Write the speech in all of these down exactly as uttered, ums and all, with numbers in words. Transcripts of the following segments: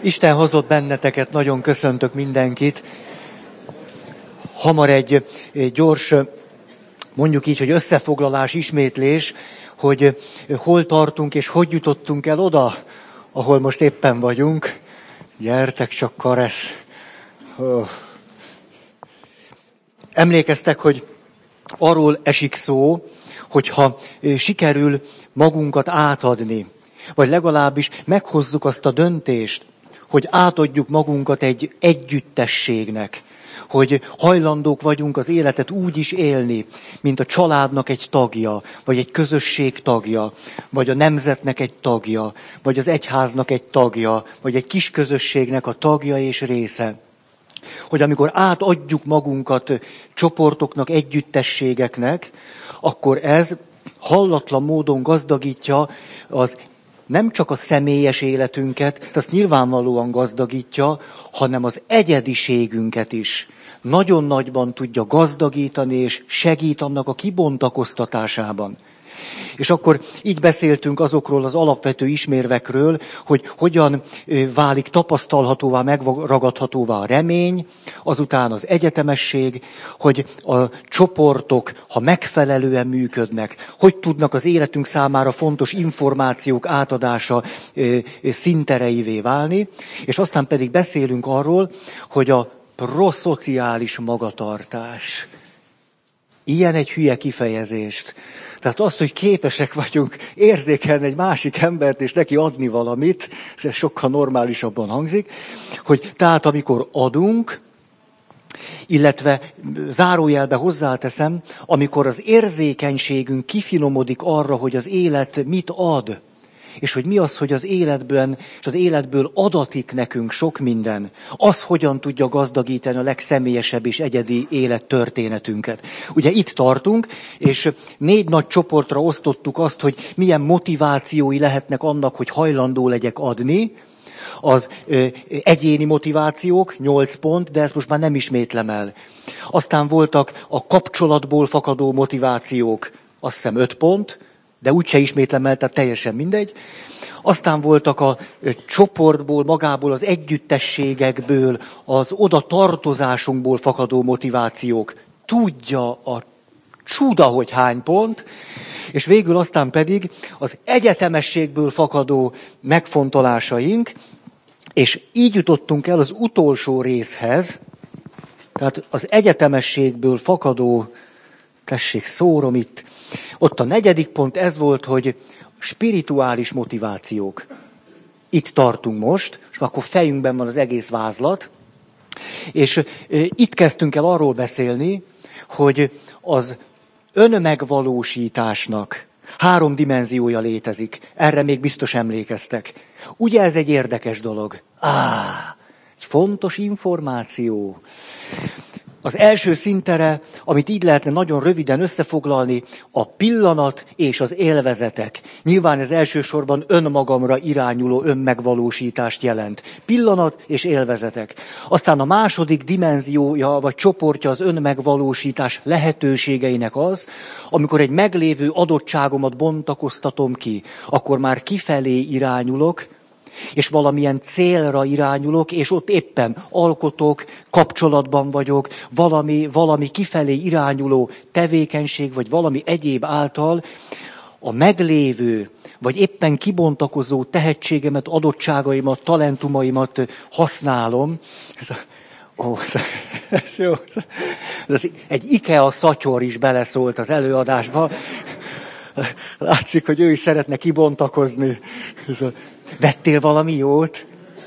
Isten hozott benneteket, nagyon köszöntök mindenkit. Hamar egy gyors, mondjuk így, hogy összefoglalás, ismétlés, hogy hol tartunk és hogy jutottunk el oda, ahol most éppen vagyunk. Gyertek csak, Karesz! Oh. Emlékeztek, hogy arról esik szó, hogyha sikerül magunkat átadni, vagy legalábbis meghozzuk azt a döntést, hogy átadjuk magunkat egy együttességnek, hogy hajlandók vagyunk az életet úgy is élni, mint a családnak egy tagja, vagy egy közösség tagja, vagy a nemzetnek egy tagja, vagy az egyháznak egy tagja, vagy egy kis közösségnek a tagja és része. Hogy amikor átadjuk magunkat csoportoknak, együttességeknek, akkor ez hallatlan módon gazdagítja az nem csak a személyes életünket, azt nyilvánvalóan gazdagítja, hanem az egyediségünket is nagyon nagyban tudja gazdagítani, és segít annak a kibontakoztatásában. És akkor így beszéltünk azokról az alapvető ismérvekről, hogy hogyan válik tapasztalhatóvá, megragadhatóvá a remény, azután az egyetemesség, hogy a csoportok, ha megfelelően működnek, hogy tudnak az életünk számára fontos információk átadása színtereivé válni, és aztán pedig beszélünk arról, hogy a proszociális magatartás. Ilyen egy hülye kifejezést. Tehát az, hogy képesek vagyunk érzékelni egy másik embert, és neki adni valamit, ez sokkal normálisabban hangzik, hogy tehát amikor adunk, illetve zárójelbe hozzáteszem, amikor az érzékenységünk kifinomodik arra, hogy az élet mit ad, és hogy mi az, hogy az életben, és az életből adatik nekünk sok minden, az hogyan tudja gazdagítani a legszemélyesebb és egyedi élettörténetünket. Ugye itt tartunk, és négy nagy csoportra osztottuk azt, hogy milyen motivációi lehetnek annak, hogy hajlandó legyek adni. Az ö, egyéni motivációk, nyolc pont, de ezt most már nem ismétlem el. Aztán voltak a kapcsolatból fakadó motivációk, azt hiszem öt pont, de úgyse ismétlem el, tehát teljesen mindegy. Aztán voltak a csoportból, magából az együttességekből, az oda tartozásunkból fakadó motivációk. Tudja a csuda, hogy hány pont, és végül aztán pedig az egyetemességből fakadó megfontolásaink, és így jutottunk el az utolsó részhez, tehát az egyetemességből fakadó, tessék, szórom itt, ott a negyedik pont ez volt, hogy spirituális motivációk. Itt tartunk most, és akkor fejünkben van az egész vázlat, és e, itt kezdtünk el arról beszélni, hogy az önmegvalósításnak három dimenziója létezik. Erre még biztos emlékeztek. Ugye ez egy érdekes dolog? Á, egy fontos információ. Az első szintere, amit így lehetne nagyon röviden összefoglalni, a pillanat és az élvezetek. Nyilván ez elsősorban önmagamra irányuló önmegvalósítást jelent. Pillanat és élvezetek. Aztán a második dimenziója vagy csoportja az önmegvalósítás lehetőségeinek az, amikor egy meglévő adottságomat bontakoztatom ki, akkor már kifelé irányulok, és valamilyen célra irányulok, és ott éppen alkotok, kapcsolatban vagyok, valami, valami kifelé irányuló tevékenység, vagy valami egyéb által a meglévő, vagy éppen kibontakozó tehetségemet, adottságaimat, talentumaimat használom. Ez a, ó, ez, ez jó. Ez egy IKEA szatyor is beleszólt az előadásba. Látszik, hogy ő is szeretne kibontakozni. Ez a, vettél valami jót?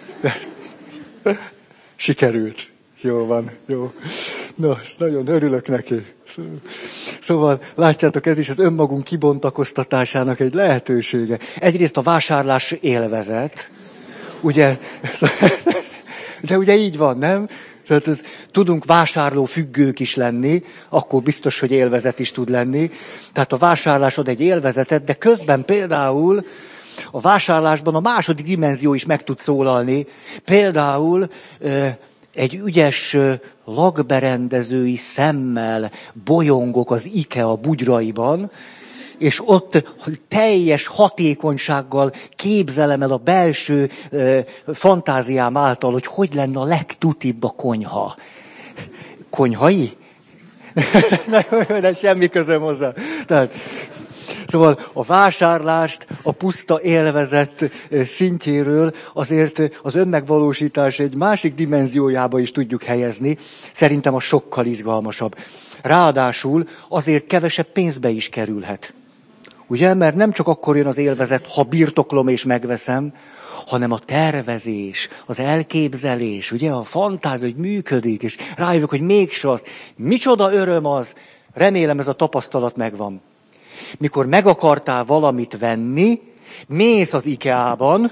Sikerült. Jó van, jó. Na, nagyon örülök neki. Szóval, látjátok, ez is az önmagunk kibontakoztatásának egy lehetősége. Egyrészt a vásárlás élvezet. Ugye, de ugye így van, nem? Tehát ez, tudunk vásárló függők is lenni, akkor biztos, hogy élvezet is tud lenni. Tehát a vásárlás ad egy élvezetet, de közben például a vásárlásban a második dimenzió is meg tud szólalni. Például egy ügyes lakberendezői szemmel bolyongok az IKEA bugyraiban, és ott teljes hatékonysággal képzelem el a belső ö, fantáziám által, hogy hogy lenne a legtutibb a konyha. Konyhai? Nem, semmi közöm hozzá. Tehát, szóval a vásárlást a puszta élvezet szintjéről azért az önmegvalósítás egy másik dimenziójába is tudjuk helyezni. Szerintem a sokkal izgalmasabb. Ráadásul azért kevesebb pénzbe is kerülhet. Ugye? Mert nem csak akkor jön az élvezet, ha birtoklom és megveszem, hanem a tervezés, az elképzelés, ugye, a fantázia, hogy működik, és rájövök, hogy mégse az. Micsoda öröm az, remélem ez a tapasztalat megvan. Mikor meg akartál valamit venni, mész az IKEA-ban,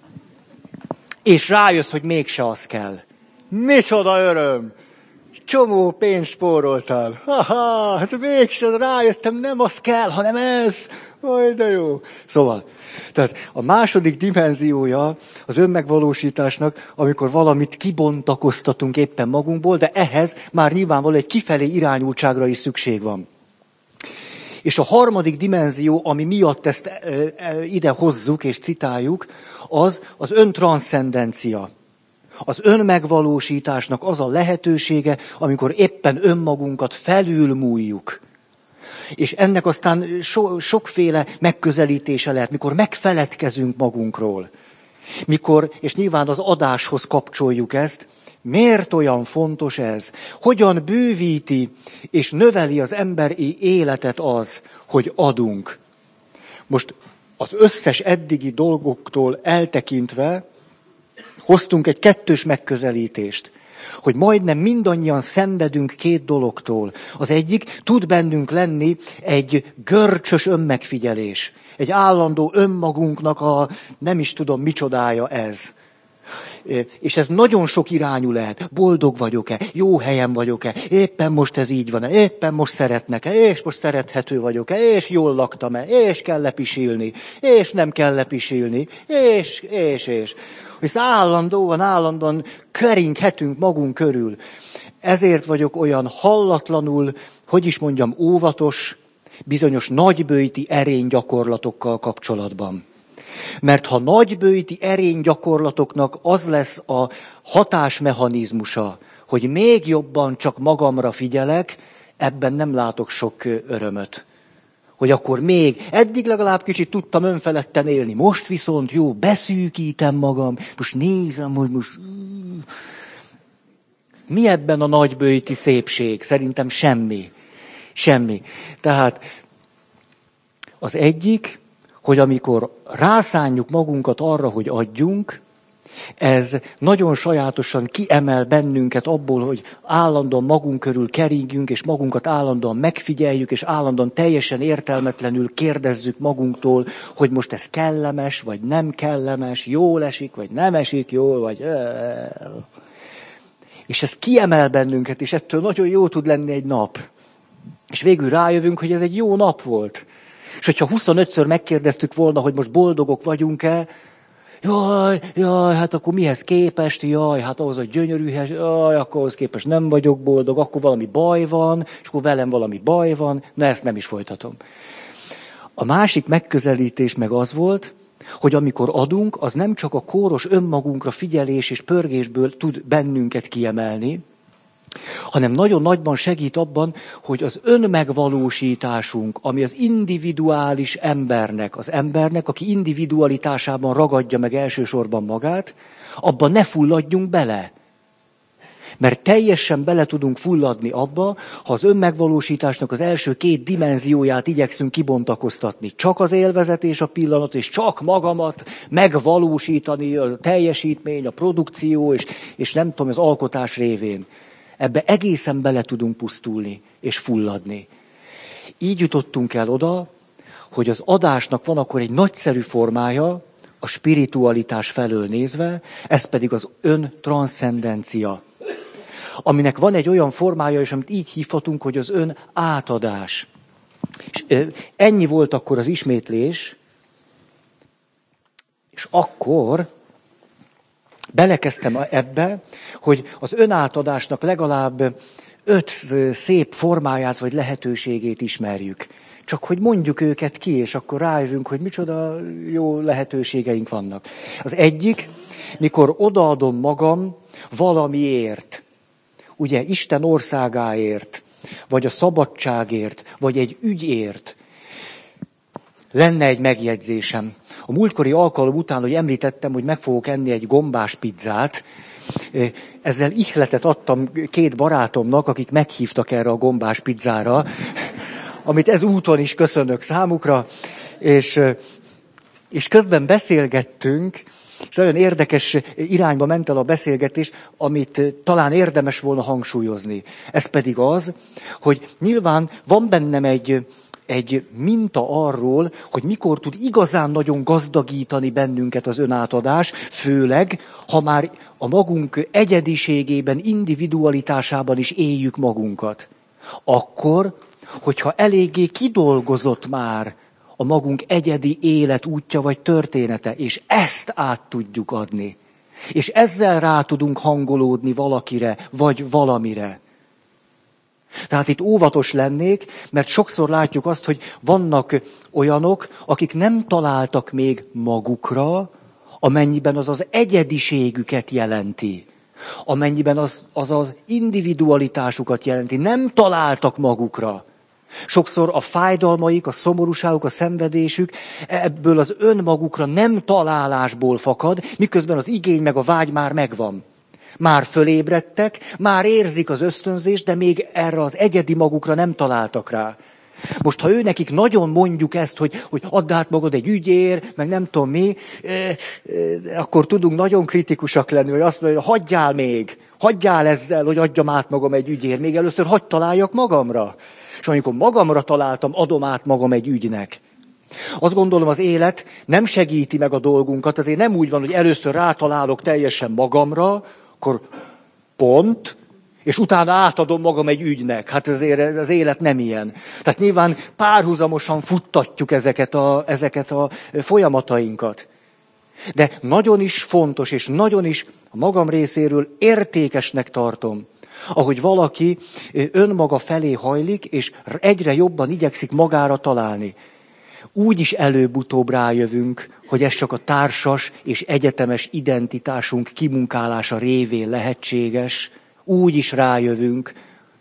és rájössz, hogy mégse az kell. Micsoda öröm! Csomó pénzt spóroltál. Haha, hát mégsem rájöttem, nem az kell, hanem ez. Aj, de jó. Szóval, tehát a második dimenziója az önmegvalósításnak, amikor valamit kibontakoztatunk éppen magunkból, de ehhez már nyilvánvalóan egy kifelé irányultságra is szükség van. És a harmadik dimenzió, ami miatt ezt e, e, ide hozzuk és citáljuk, az az öntranszcendencia. Az önmegvalósításnak az a lehetősége, amikor éppen önmagunkat felülmúljuk. És ennek aztán so, sokféle megközelítése lehet, mikor megfeledkezünk magunkról. Mikor, és nyilván az adáshoz kapcsoljuk ezt, miért olyan fontos ez? Hogyan bővíti és növeli az emberi életet az, hogy adunk? Most az összes eddigi dolgoktól eltekintve hoztunk egy kettős megközelítést, hogy majdnem mindannyian szenvedünk két dologtól. Az egyik tud bennünk lenni egy görcsös önmegfigyelés, egy állandó önmagunknak a nem is tudom micsodája ez. És ez nagyon sok irányú lehet. Boldog vagyok-e? Jó helyen vagyok-e? Éppen most ez így van-e? Éppen most szeretnek-e? És most szerethető vagyok-e? És jól laktam-e? És kell lepisilni? És nem kell lepisilni? És, és, és. Hisz állandóan, állandóan keringhetünk magunk körül. Ezért vagyok olyan hallatlanul, hogy is mondjam, óvatos, bizonyos nagybőjti erénygyakorlatokkal kapcsolatban. Mert ha nagybőjti erénygyakorlatoknak az lesz a hatásmechanizmusa, hogy még jobban csak magamra figyelek, ebben nem látok sok örömöt. Hogy akkor még, eddig legalább kicsit tudtam önfeledten élni, most viszont jó, beszűkítem magam, most nézem, hogy most... Mi ebben a nagybőjti szépség? Szerintem semmi. Semmi. Tehát az egyik, hogy amikor rászánjuk magunkat arra, hogy adjunk, ez nagyon sajátosan kiemel bennünket abból, hogy állandóan magunk körül keringjünk, és magunkat állandóan megfigyeljük, és állandóan teljesen értelmetlenül kérdezzük magunktól, hogy most ez kellemes, vagy nem kellemes, jól esik, vagy nem esik jól, vagy... És ez kiemel bennünket, és ettől nagyon jó tud lenni egy nap. És végül rájövünk, hogy ez egy jó nap volt. És hogyha huszonötször megkérdeztük volna, hogy most boldogok vagyunk-e, jaj, jaj, hát akkor mihez képest, jaj, hát ahhoz a gyönyörűhez, jaj, akkor ahhoz képest nem vagyok boldog, akkor valami baj van, és akkor velem valami baj van, na ezt nem is folytatom. A másik megközelítés meg az volt, hogy amikor adunk, az nem csak a kóros önmagunkra figyelés és pörgésből tud bennünket kiemelni, hanem nagyon nagyban segít abban, hogy az önmegvalósításunk, ami az individuális embernek, az embernek, aki individualitásában ragadja meg elsősorban magát, abban ne fulladjunk bele. Mert teljesen bele tudunk fulladni abba, ha az önmegvalósításnak az első két dimenzióját igyekszünk kibontakoztatni. Csak az élvezet és a pillanat, és csak magamat megvalósítani, a teljesítmény, a produkció, és, és nem tudom, az alkotás révén. Ebbe egészen bele tudunk pusztulni és fulladni. Így jutottunk el oda, hogy az adásnak van akkor egy nagyszerű formája, a spiritualitás felől nézve, ez pedig az öntranszcendencia. Aminek van egy olyan formája is, amit így hívhatunk, hogy az ön átadás. És ennyi volt akkor az ismétlés, és akkor belekezdtem ebbe, hogy az önátadásnak legalább öt szép formáját vagy lehetőségét ismerjük. Csak hogy mondjuk őket ki, és akkor rájövünk, hogy micsoda jó lehetőségeink vannak. Az egyik, mikor odaadom magam valamiért, ugye Isten országáért, vagy a szabadságért, vagy egy ügyért. Lenne egy megjegyzésem. A múltkori alkalom után, hogy említettem, hogy meg fogok enni egy gombás pizzát, ezzel ihletet adtam két barátomnak, akik meghívtak erre a gombás pizzára, amit ezúton is köszönök számukra, és, és közben beszélgettünk, és nagyon érdekes irányba ment el a beszélgetés, amit talán érdemes volna hangsúlyozni. Ez pedig az, hogy nyilván van bennem egy, egy minta arról, hogy mikor tud igazán nagyon gazdagítani bennünket az önátadás, főleg, ha már a magunk egyediségében, individualitásában is éljük magunkat. Akkor, hogyha eléggé kidolgozott már a magunk egyedi élet útja vagy története, és ezt át tudjuk adni. És ezzel rá tudunk hangolódni valakire, vagy valamire. Tehát itt óvatos lennék, mert sokszor látjuk azt, hogy vannak olyanok, akik nem találtak még magukra, amennyiben az az egyediségüket jelenti. Amennyiben az az, az individualitásukat jelenti. Nem találtak magukra. Sokszor a fájdalmaik, a szomorúságuk, a szenvedésük ebből az önmagukra nem találásból fakad, miközben az igény meg a vágy már megvan. Már fölébredtek, már érzik az ösztönzést, de még erre az egyedi magukra nem találtak rá. Most, ha ő nekik nagyon mondjuk ezt, hogy, hogy add át magad egy ügyér, meg nem tudom mi, eh, eh, akkor tudunk nagyon kritikusak lenni, hogy azt mondja, hogy hagyjál még, hagyjál ezzel, hogy adjam át magam egy ügyér, még először hadd találjak magamra. És amikor magamra találtam, adom át magam egy ügynek. Azt gondolom, az élet nem segíti meg a dolgunkat, azért nem úgy van, hogy először rátalálok teljesen magamra, akkor pont, és utána átadom magam egy ügynek. Hát azért az élet nem ilyen. Tehát nyilván párhuzamosan futtatjuk ezeket a, ezeket a folyamatainkat. De nagyon is fontos, és nagyon is a magam részéről értékesnek tartom, ahogy valaki önmaga felé hajlik, és egyre jobban igyekszik magára találni. Úgy is előbb-utóbb rájövünk, hogy ez csak a társas és egyetemes identitásunk kimunkálása révén lehetséges. Úgy is rájövünk.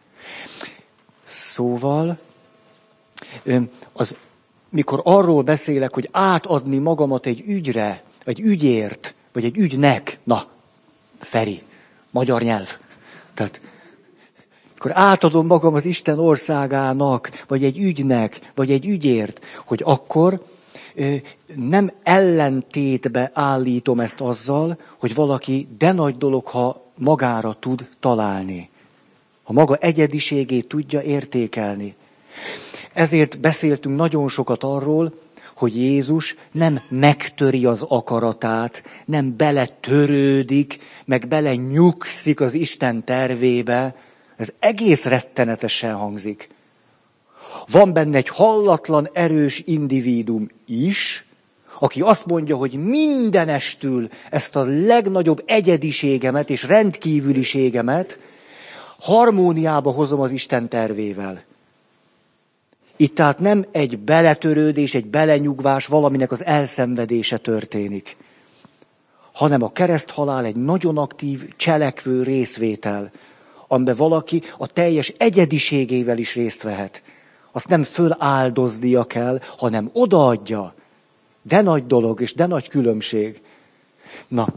Szóval, az, mikor arról beszélek, hogy átadni magamat egy ügyre, egy ügyért, vagy egy ügynek, na, Feri, magyar nyelv. Tehát, akkor átadom magam az Isten országának, vagy egy ügynek, vagy egy ügyért, hogy akkor ö, nem ellentétbe állítom ezt azzal, hogy valaki de nagy dolog, ha magára tud találni. Ha maga egyediségét tudja értékelni. Ezért beszéltünk nagyon sokat arról, hogy Jézus nem megtöri az akaratát, nem beletörődik, meg belenyugszik az Isten tervébe. Ez egész rettenetesen hangzik. Van benne egy hallatlan, erős indivíduum is, aki azt mondja, hogy mindenestül ezt a legnagyobb egyediségemet és rendkívüliségemet harmóniába hozom az Isten tervével. Itt tehát nem egy beletörődés, egy belenyugvás, valaminek az elszenvedése történik, hanem a kereszthalál egy nagyon aktív, cselekvő részvétel, amiben valaki a teljes egyediségével is részt vehet. Azt nem föláldoznia kell, hanem odaadja. De nagy dolog, és de nagy különbség. Na.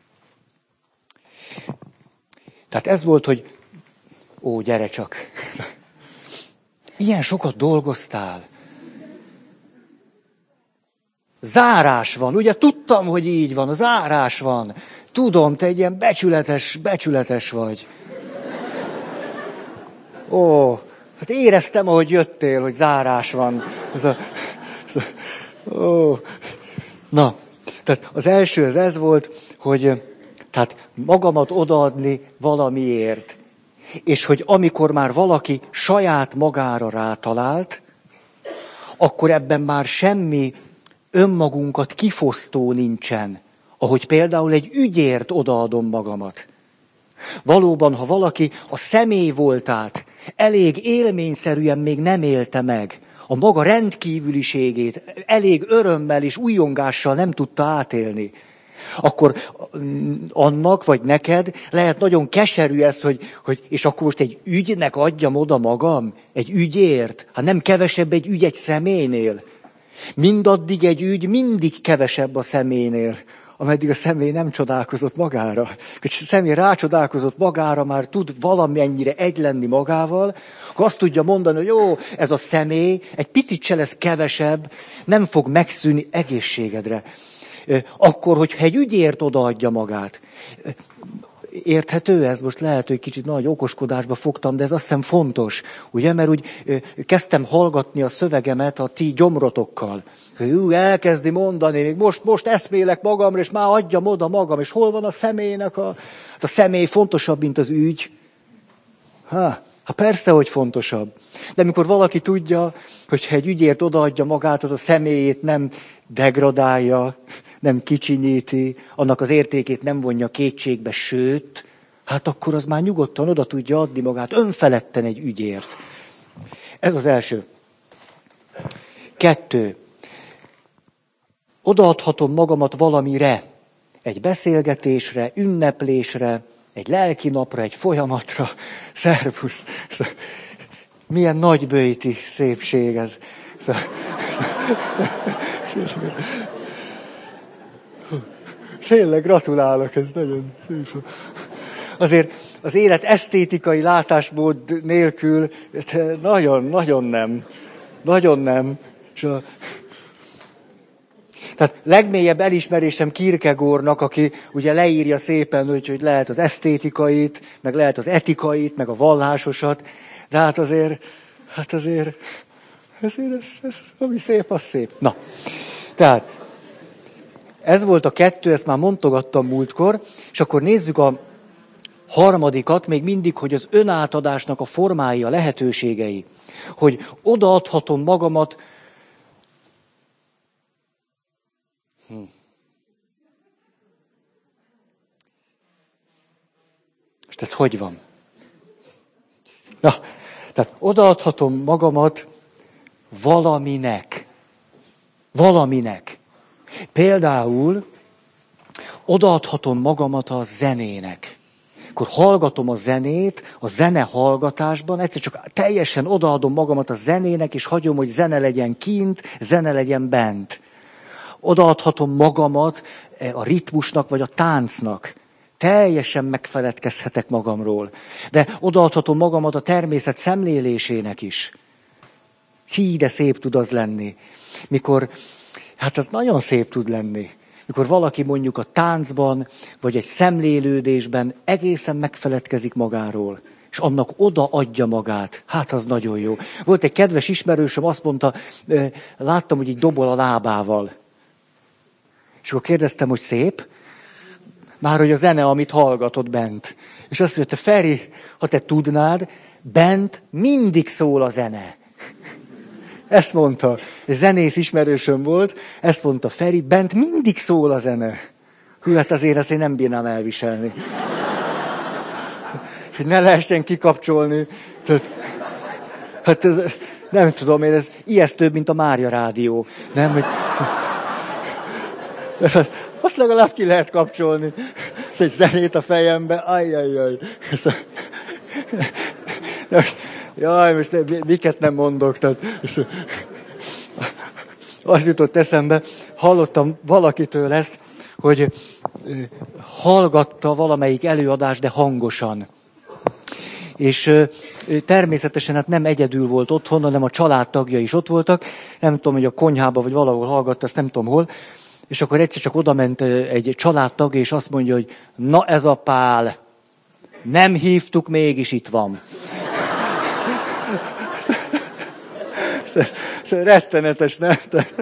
Tehát ez volt, hogy ó, gyere csak. Ilyen sokat dolgoztál. Zárás van, ugye tudtam, hogy így van, zárás van. Tudom, te egy ilyen becsületes, becsületes vagy. Ó, hát éreztem, ahogy jöttél, hogy zárás van. Ez a, ez a, ó. Na, tehát az első az ez volt, hogy tehát magamat odaadni valamiért. És hogy amikor már valaki saját magára rátalált, akkor ebben már semmi önmagunkat kifosztó nincsen. Ahogy például egy ügyért odaadom magamat. Valóban, ha valaki a személy voltát elég élményszerűen még nem élte meg, a maga rendkívüliségét elég örömmel és újongással nem tudta átélni, akkor annak, vagy neked lehet nagyon keserű ez, hogy, hogy és akkor most egy ügynek adjam oda magam? Egy ügyért? Hát nem kevesebb egy ügy egy személynél. Mindaddig egy ügy mindig kevesebb a személynél, ameddig a személy nem csodálkozott magára. Ha a személy rácsodálkozott magára, már tud valamennyire egy lenni magával, akkor azt tudja mondani, hogy jó, ez a személy, egy picit se lesz kevesebb, nem fog megszűnni egészségedre. Akkor, hogyha egy ügyért odaadja magát. Érthető ez? Most lehet, hogy kicsit nagy okoskodásba fogtam, de ez azt hiszem fontos. Ugye, mert úgy kezdtem hallgatni a szövegemet a ti gyomrotokkal. Ú, elkezdi mondani, még most, most eszmélek magamra, és már adjam oda magam, és hol van a személynek a... Hát a személy fontosabb, mint az ügy. Ha, ha persze, hogy fontosabb. De amikor valaki tudja, hogyha egy ügyért odaadja magát, az a személyét nem degradálja, nem kicsinyíti, annak az értékét nem vonja kétségbe, sőt, hát akkor az már nyugodtan oda tudja adni magát, önfeledten egy ügyért. Ez az első. Kettő. Odaadhatom magamat valamire, egy beszélgetésre, ünneplésre, egy lelkinapra, egy folyamatra. Szervusz! Milyen nagyböjti szépség ez. Tényleg gratulálok, ez nagyon szép. Azért az élet esztétikai látásmód nélkül nagyon, nagyon nem. Nagyon nem. És a... Tehát legmélyebb elismerésem Kierkegaardnak, aki ugye leírja szépen, hogy, hogy lehet az esztétikait, meg lehet az etikait, meg a vallásosat, de hát azért, hát azért, azért ez, ez, ami szép, az szép. Na, tehát ez volt a kettő, ezt már mondogattam múltkor, és akkor nézzük a harmadikat, még mindig, hogy az önátadásnak a formái, a lehetőségei. Hogy odaadhatom magamat. Hm. Most ez hogy van? Na, tehát odaadhatom magamat valaminek. Valaminek. Például odaadhatom magamat a zenének. Akkor hallgatom a zenét, a zene hallgatásban, egyszer csak teljesen odaadom magamat a zenének, és hagyom, hogy zene legyen kint, zene legyen bent. Odaadhatom magamat a ritmusnak, vagy a táncnak. Teljesen megfeledkezhetek magamról. De odaadhatom magamat a természet szemlélésének is. Szí, de szép tud az lenni. Mikor, hát az nagyon szép tud lenni. Mikor valaki mondjuk a táncban, vagy egy szemlélődésben egészen megfeledkezik magáról, és annak odaadja magát. Hát az nagyon jó. Volt egy kedves ismerősöm, azt mondta, láttam, hogy így dobol a lábával. És akkor kérdeztem, hogy szép, már hogy a zene, amit hallgatod bent. És azt mondta, Feri, ha te tudnád, bent mindig szól a zene. Ezt mondta, egy zenész ismerősöm volt, ezt mondta Feri, bent mindig szól a zene. Hű, hát azért ezt én nem bírnám elviselni. Hogy ne lehessen kikapcsolni. Tehát, hát ez, nem tudom én, ez ijesztőbb, mint a Mária rádió. Nem, hogy... Azt legalább ki lehet kapcsolni. Egy zenét a fejembe, ajjajjaj. Most, jaj, most miket nem mondok. Tehát, az jutott eszembe, hallottam valakitől ezt, hogy hallgatta valamelyik előadást, de hangosan. És természetesen hát nem egyedül volt otthon, hanem a családtagja is ott voltak. Nem tudom, hogy a konyhába vagy valahol hallgatta, ezt nem tudom hol. És akkor egyszer csak odament egy családtag, és azt mondja, hogy na ez a Pál, nem hívtuk, mégis itt van. Rettenetes, nem?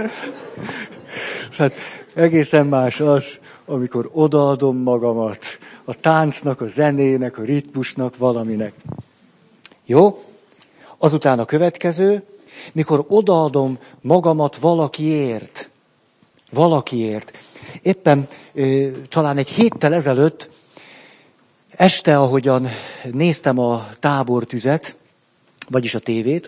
Tehát egészen más az, amikor odaadom magamat a táncnak, a zenének, a ritmusnak, valaminek. Jó? Azután a következő, mikor odaadom magamat valakiért. Valakiért. Éppen talán egy héttel ezelőtt Este, ahogyan néztem a tábortüzet, vagyis a tévét,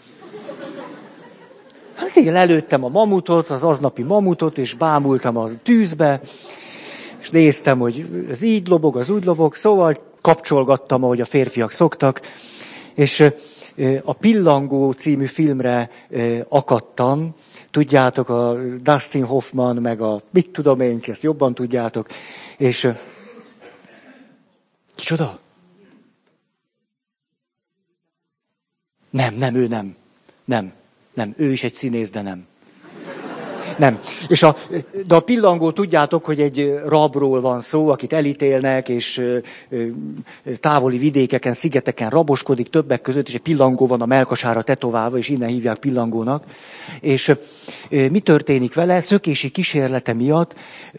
hát igen, előttem a mamutot, az aznapi mamutot, és bámultam a tűzbe, és néztem, hogy ez így lobog, az úgy lobog, szóval kapcsolgattam, ahogy a férfiak szoktak, és a Pillangó című filmre akadtam, tudjátok, a Dustin Hoffman, meg a mit tudom én, ezt jobban tudjátok, és kicsoda? Nem, nem, ő nem. Nem, nem, ő is egy színész, de nem. Nem. És a, de a Pillangó, tudjátok, hogy egy rabról van szó, akit elítélnek, és távoli vidékeken, szigeteken raboskodik többek között, és egy pillangó van a mellkasára tetoválva, és innen hívják pillangónak. És mi történik vele? Szökési kísérlete miatt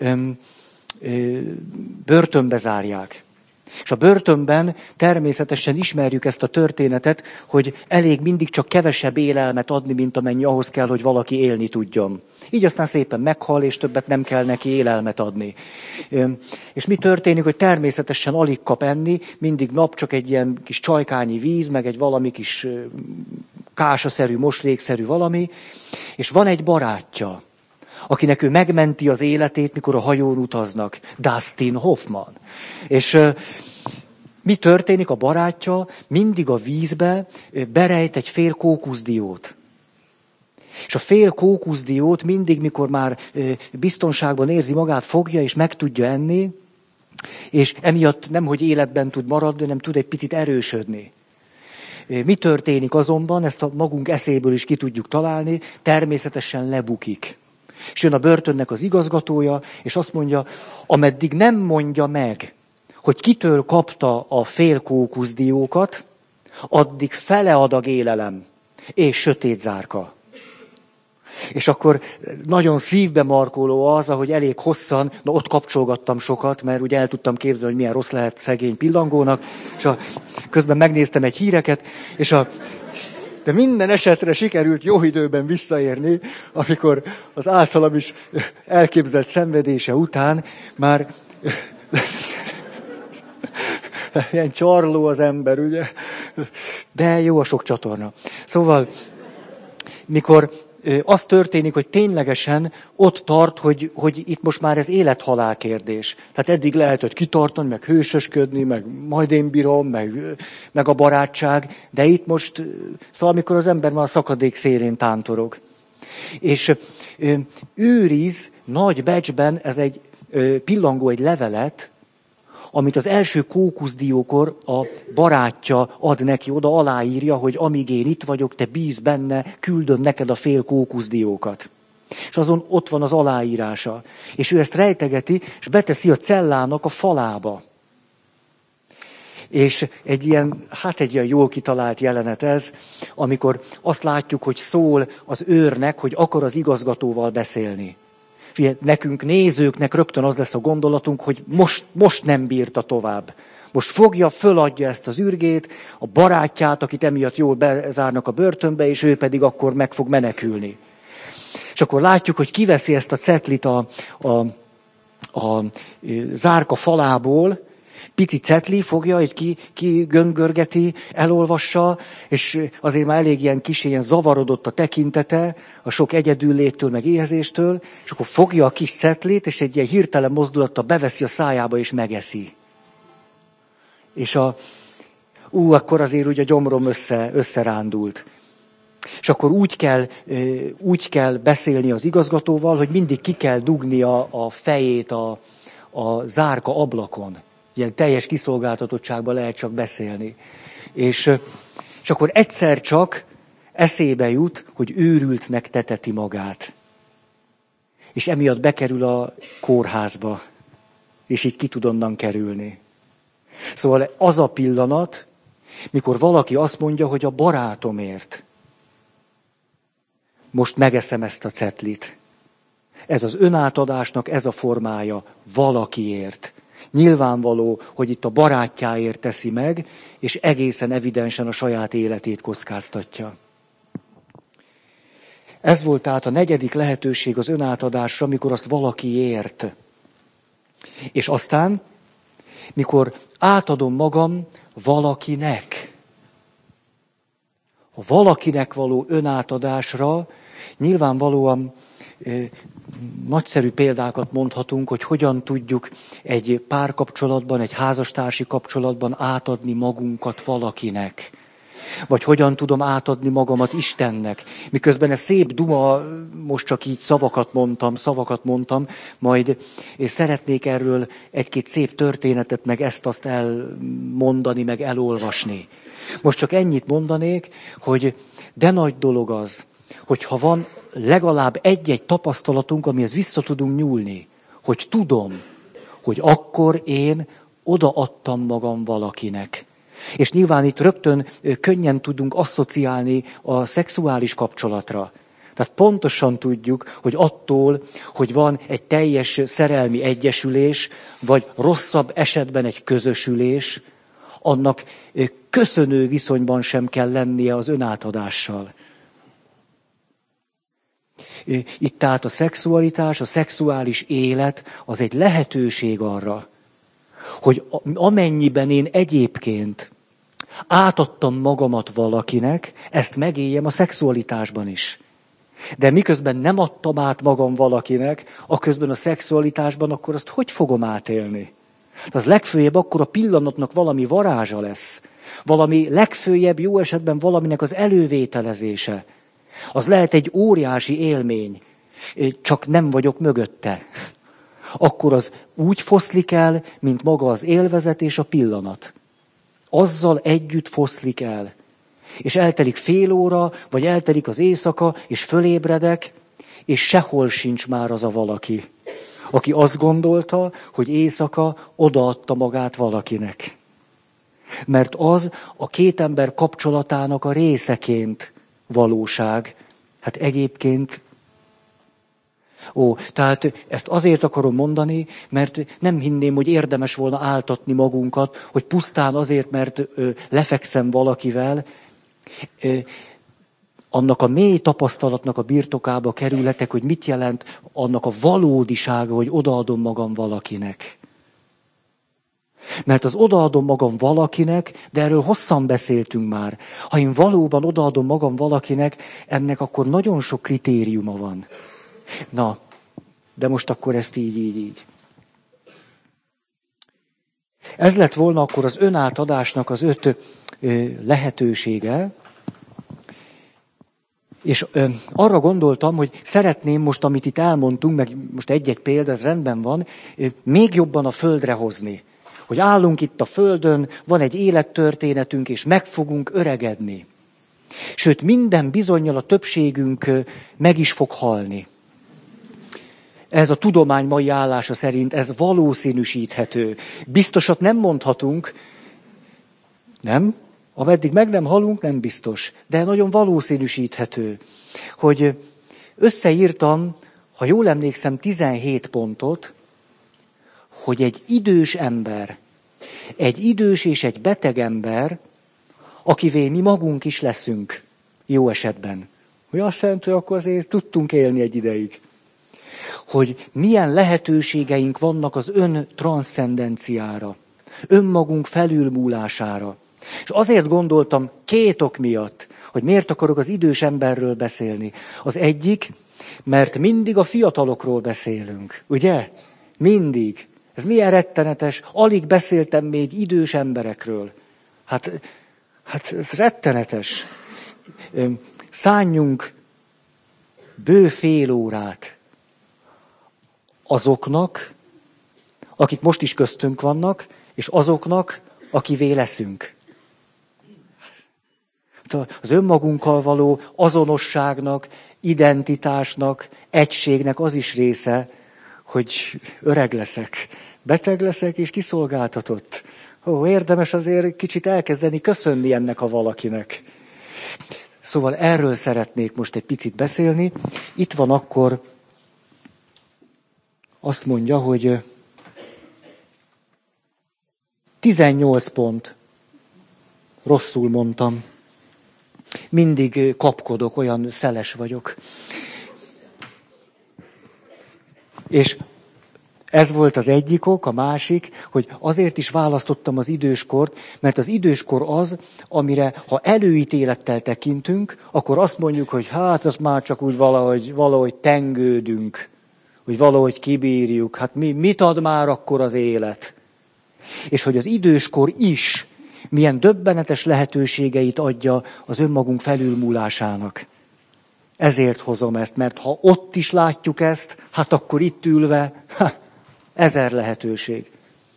börtönbe zárják. És a börtönben természetesen ismerjük ezt a történetet, hogy elég mindig csak kevesebb élelmet adni, mint amennyi ahhoz kell, hogy valaki élni tudjon. Így aztán szépen meghal, és többet nem kell neki élelmet adni. És mi történik, hogy természetesen alig kap enni, mindig nap csak egy ilyen kis csajkányi víz, meg egy valami kis kásaszerű, moslékszerű valami, és van egy barátja, akinek ő megmenti az életét, mikor a hajón utaznak. Dustin Hoffman. És mi történik? A barátja mindig a vízbe berejt egy fél kókuszdiót. És a fél kókuszdiót mindig, mikor már biztonságban érzi magát, fogja és meg tudja enni, és emiatt nemhogy életben tud maradni, hanem tud egy picit erősödni. Mi történik azonban, ezt a magunk eszéből is ki tudjuk találni, természetesen lebukik. És jön a börtönnek az igazgatója, és azt mondja, ameddig nem mondja meg, hogy kitől kapta a fél kókuszdiókat, addig fele adag élelem és sötét zárka. És akkor nagyon szívbe markoló az, ahogy elég hosszan, na ott kapcsolgattam sokat, mert ugye el tudtam képzelni, hogy milyen rossz lehet szegény Pillangónak, és a, közben megnéztem egy híreket, és a, de minden esetre sikerült jó időben visszaérni, amikor az általam is elképzelt szenvedése után már ilyen csarló az ember, ugye? De jó a sok csatorna. Szóval, mikor az történik, hogy ténylegesen ott tart, hogy, hogy itt most már ez élet-halál kérdés. Tehát eddig lehetett kitartani, meg hősösködni, meg majd én bírom, meg, meg a barátság, de itt most, szóval amikor az ember már a szakadék szélén tántorog. És őriz nagy becsben, ez egy Pillangó egy levelet, amit az első kókuszdiókor a barátja ad neki, oda aláírja, hogy amíg én itt vagyok, te bíz benne, küldöm neked a fél kókuszdiókat. És azon ott van az aláírása. És ő ezt rejtegeti, és beteszi a cellának a falába. És egy ilyen, hát egy ilyen jól kitalált jelenet ez, amikor azt látjuk, hogy szól az őrnek, hogy akar az igazgatóval beszélni. És ugye nekünk nézőknek rögtön az lesz a gondolatunk, hogy most, most nem bírta tovább. Most fogja, föladja ezt az ürgét, a barátját, akit emiatt jól bezárnak a börtönbe, és ő pedig akkor meg fog menekülni. És akkor látjuk, hogy kiveszi ezt a cetlit a, a, a zárka falából, pici cetli, fogja, egy ki, ki göngörgeti, elolvassa, és azért már elég ilyen kis, ilyen zavarodott a tekintete, a sok egyedülléttől, meg éhezéstől, és akkor fogja a kis cetlit, és egy ilyen hirtelen mozdulattal beveszi a szájába, és megeszi. És a, ú, akkor azért úgy a gyomrom össze, összerándult. És akkor úgy kell, úgy kell beszélni az igazgatóval, hogy mindig ki kell dugni a, a fejét a, a zárka ablakon. Ilyen teljes kiszolgáltatottságban lehet csak beszélni. És, és akkor egyszer csak eszébe jut, hogy őrültnek teteti magát. És emiatt bekerül a kórházba, és így ki tud onnan kerülni. Szóval az a pillanat, mikor valaki azt mondja, hogy a barátomért most megeszem ezt a cetlit. Ez az önátadásnak ez a formája, valakiért. Nyilvánvaló, hogy itt a barátjáért teszi meg, és egészen evidensen a saját életét kockáztatja. Ez volt tehát a negyedik lehetőség az önátadásra, amikor azt valaki ért. És aztán mikor átadom magam valakinek. A valakinek való önátadásra nyilvánvalóan nagyszerű példákat mondhatunk, hogy hogyan tudjuk egy párkapcsolatban, egy házastársi kapcsolatban átadni magunkat valakinek. Vagy hogyan tudom átadni magamat Istennek. Miközben ez szép duma, most csak így szavakat mondtam, szavakat mondtam, majd szeretnék erről egy-két szép történetet, meg ezt-azt elmondani, meg elolvasni. Most csak ennyit mondanék, hogy de nagy dolog az, hogyha van legalább egy-egy tapasztalatunk, amihez vissza tudunk nyúlni, hogy tudom, hogy akkor én odaadtam magam valakinek. És nyilván itt rögtön könnyen tudunk asszociálni a szexuális kapcsolatra. Tehát pontosan tudjuk, hogy attól, hogy van egy teljes szerelmi egyesülés, vagy rosszabb esetben egy közösülés, annak köszönő viszonyban sem kell lennie az önátadással. Itt tehát a szexualitás, a szexuális élet az egy lehetőség arra, hogy amennyiben én egyébként átadtam magamat valakinek, ezt megéljem a szexualitásban is. De miközben nem adtam át magam valakinek, aközben a szexualitásban, akkor azt hogy fogom átélni? Az legfőjebb akkor a pillanatnak valami varázsa lesz. Valami legfőjebb jó esetben valaminek az elővételezése. Az lehet egy óriási élmény, csak nem vagyok mögötte. Akkor az úgy foszlik el, mint maga az élvezet és a pillanat. Azzal együtt foszlik el. És eltelik fél óra, vagy eltelik az éjszaka, és fölébredek, és sehol sincs már az a valaki, aki azt gondolta, hogy éjszaka odaadta magát valakinek. Mert az a két ember kapcsolatának a részeként valóság. Hát egyébként... Ó, tehát ezt azért akarom mondani, mert nem hinném, hogy érdemes volna áltatni magunkat, hogy pusztán azért, mert ö, lefekszem valakivel, ö, annak a mély tapasztalatnak a birtokába kerülhetek, hogy mit jelent annak a valódisága, hogy odaadom magam valakinek. Mert az odaadom magam valakinek, de erről hosszan beszéltünk már. Ha én valóban odaadom magam valakinek, ennek akkor nagyon sok kritériuma van. Na, de most akkor ezt így, így, így. Ez lett volna akkor az önátadásnak az öt ö, lehetősége, és ö, arra gondoltam, hogy szeretném most, amit itt elmondtunk, meg most egy-egy példa, ez rendben van, ö, még jobban a földre hozni. Hogy állunk itt a földön, van egy élettörténetünk, és meg fogunk öregedni. Sőt, minden bizonnyal a többségünk ö, meg is fog halni. Ez a tudomány mai állása szerint ez valószínűsíthető. Biztosat nem mondhatunk, nem? Ameddig meg nem halunk, nem biztos. De nagyon valószínűsíthető, hogy összeírtam, ha jól emlékszem, tizenhét pontot, hogy egy idős ember, egy idős és egy beteg ember, akivé mi magunk is leszünk, jó esetben. Hogy azt jelenti, hogy akkor azért tudtunk élni egy ideig. Hogy milyen lehetőségeink vannak az öntranszcendenciára, önmagunk felülmúlására. És azért gondoltam két ok miatt, hogy miért akarok az idős emberről beszélni. Az egyik, mert mindig a fiatalokról beszélünk, ugye? Mindig. Ez milyen rettenetes, alig beszéltem még idős emberekről. Hát, hát ez rettenetes. Szálljunk bő fél órát azoknak, akik most is köztünk vannak, és azoknak, akivé leszünk. Az önmagunkkal való azonosságnak, identitásnak, egységnek az is része, hogy öreg leszek, beteg leszek és kiszolgáltatott. Ó, érdemes azért kicsit elkezdeni köszönni ennek a valakinek. Szóval erről szeretnék most egy picit beszélni. Itt van akkor, azt mondja, hogy tizennyolc pont. Rosszul mondtam. Mindig kapkodok, olyan szeles vagyok. És Ez volt az egyik ok, a másik, hogy azért is választottam az időskort, mert az időskor az, amire ha előítélettel tekintünk, akkor azt mondjuk, hogy hát azt már csak úgy valahogy, valahogy tengődünk, hogy valahogy kibírjuk. Hát mi, mit ad már akkor az élet? És hogy az időskor is milyen döbbenetes lehetőségeit adja az önmagunk felülmúlásának. Ezért hozom ezt, mert ha ott is látjuk ezt, hát akkor itt ülve, ha, ezer lehetőség.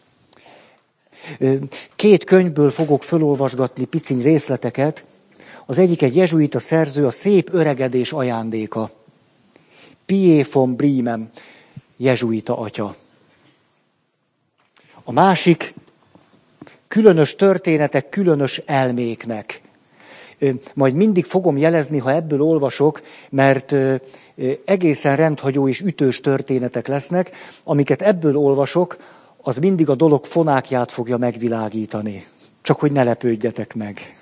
Két könyvből fogok fölolvasgatni piciny részleteket. Az egyik egy jezsuita szerző, a Szép öregedés ajándéka. Piet von Bremen, jezsuita atya. A másik, különös történetek különös elméknek. Majd mindig fogom jelezni, ha ebből olvasok, mert egészen rendhagyó és ütős történetek lesznek, amiket ebből olvasok, az mindig a dolog fonákját fogja megvilágítani. Csak hogy ne lepődjetek meg.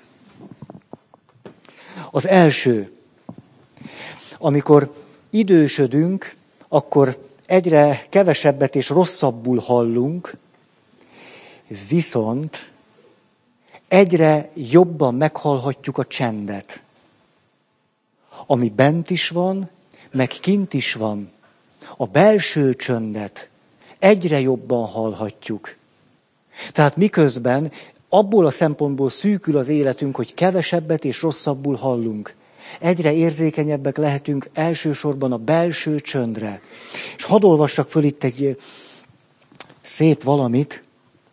Az első, amikor idősödünk, akkor egyre kevesebbet és rosszabbul hallunk, viszont egyre jobban meghallhatjuk a csendet. Ami bent is van, meg kint is van. A belső csöndet egyre jobban hallhatjuk. Tehát miközben abból a szempontból szűkül az életünk, hogy kevesebbet és rosszabbul hallunk. Egyre érzékenyebbek lehetünk elsősorban a belső csöndre. És hadd olvassak föl itt egy szép valamit.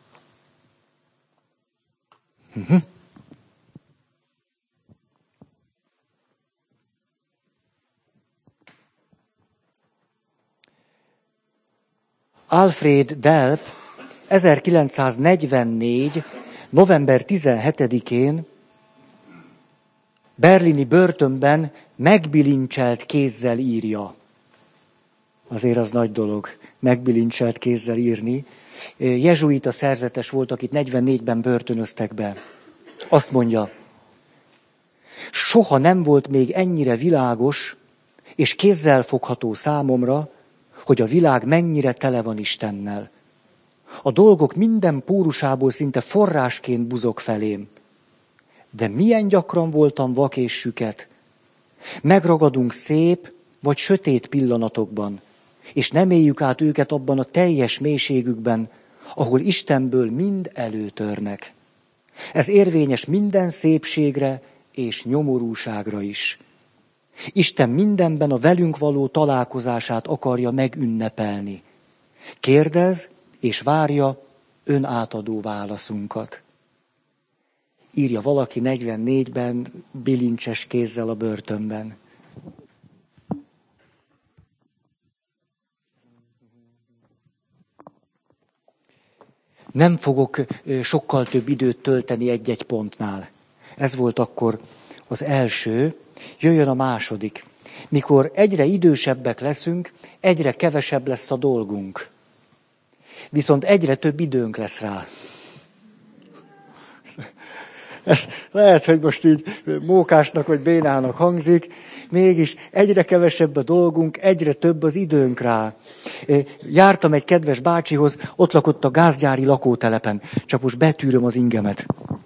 Uh-huh. Alfred Delp ezerkilencszáznegyvennégy. november tizenhetedikén berlini börtönben megbilincselt kézzel írja. Azért az nagy dolog, megbilincselt kézzel írni. Jezsuita szerzetes volt, akit negyvennégyben börtönöztek be. Azt mondja, soha nem volt még ennyire világos és kézzelfogható számomra, hogy a világ mennyire tele van Istennel. A dolgok minden pórusából szinte forrásként buzog felém. De milyen gyakran voltam vak és süket. Megragadunk szép vagy sötét pillanatokban, és nem éljük át őket abban a teljes mélységükben, ahol Istenből mind előtörnek. Ez érvényes minden szépségre és nyomorúságra is. Isten mindenben a velünk való találkozását akarja megünnepelni. Kérdez és várja önátadó válaszunkat. Írja valaki negyvennégyben bilincses kézzel a börtönben. Nem fogok sokkal több időt tölteni egy-egy pontnál. Ez volt akkor az első, jöjjön a második. Mikor egyre idősebbek leszünk, egyre kevesebb lesz a dolgunk. Viszont egyre több időnk lesz rá. Ez lehet, hogy most így mókásnak vagy bénának hangzik, mégis egyre kevesebb a dolgunk, egyre több az időnk rá. Jártam egy kedves bácsihoz, ott lakott a gázgyári lakótelepen. Csak most betűröm az ingemet.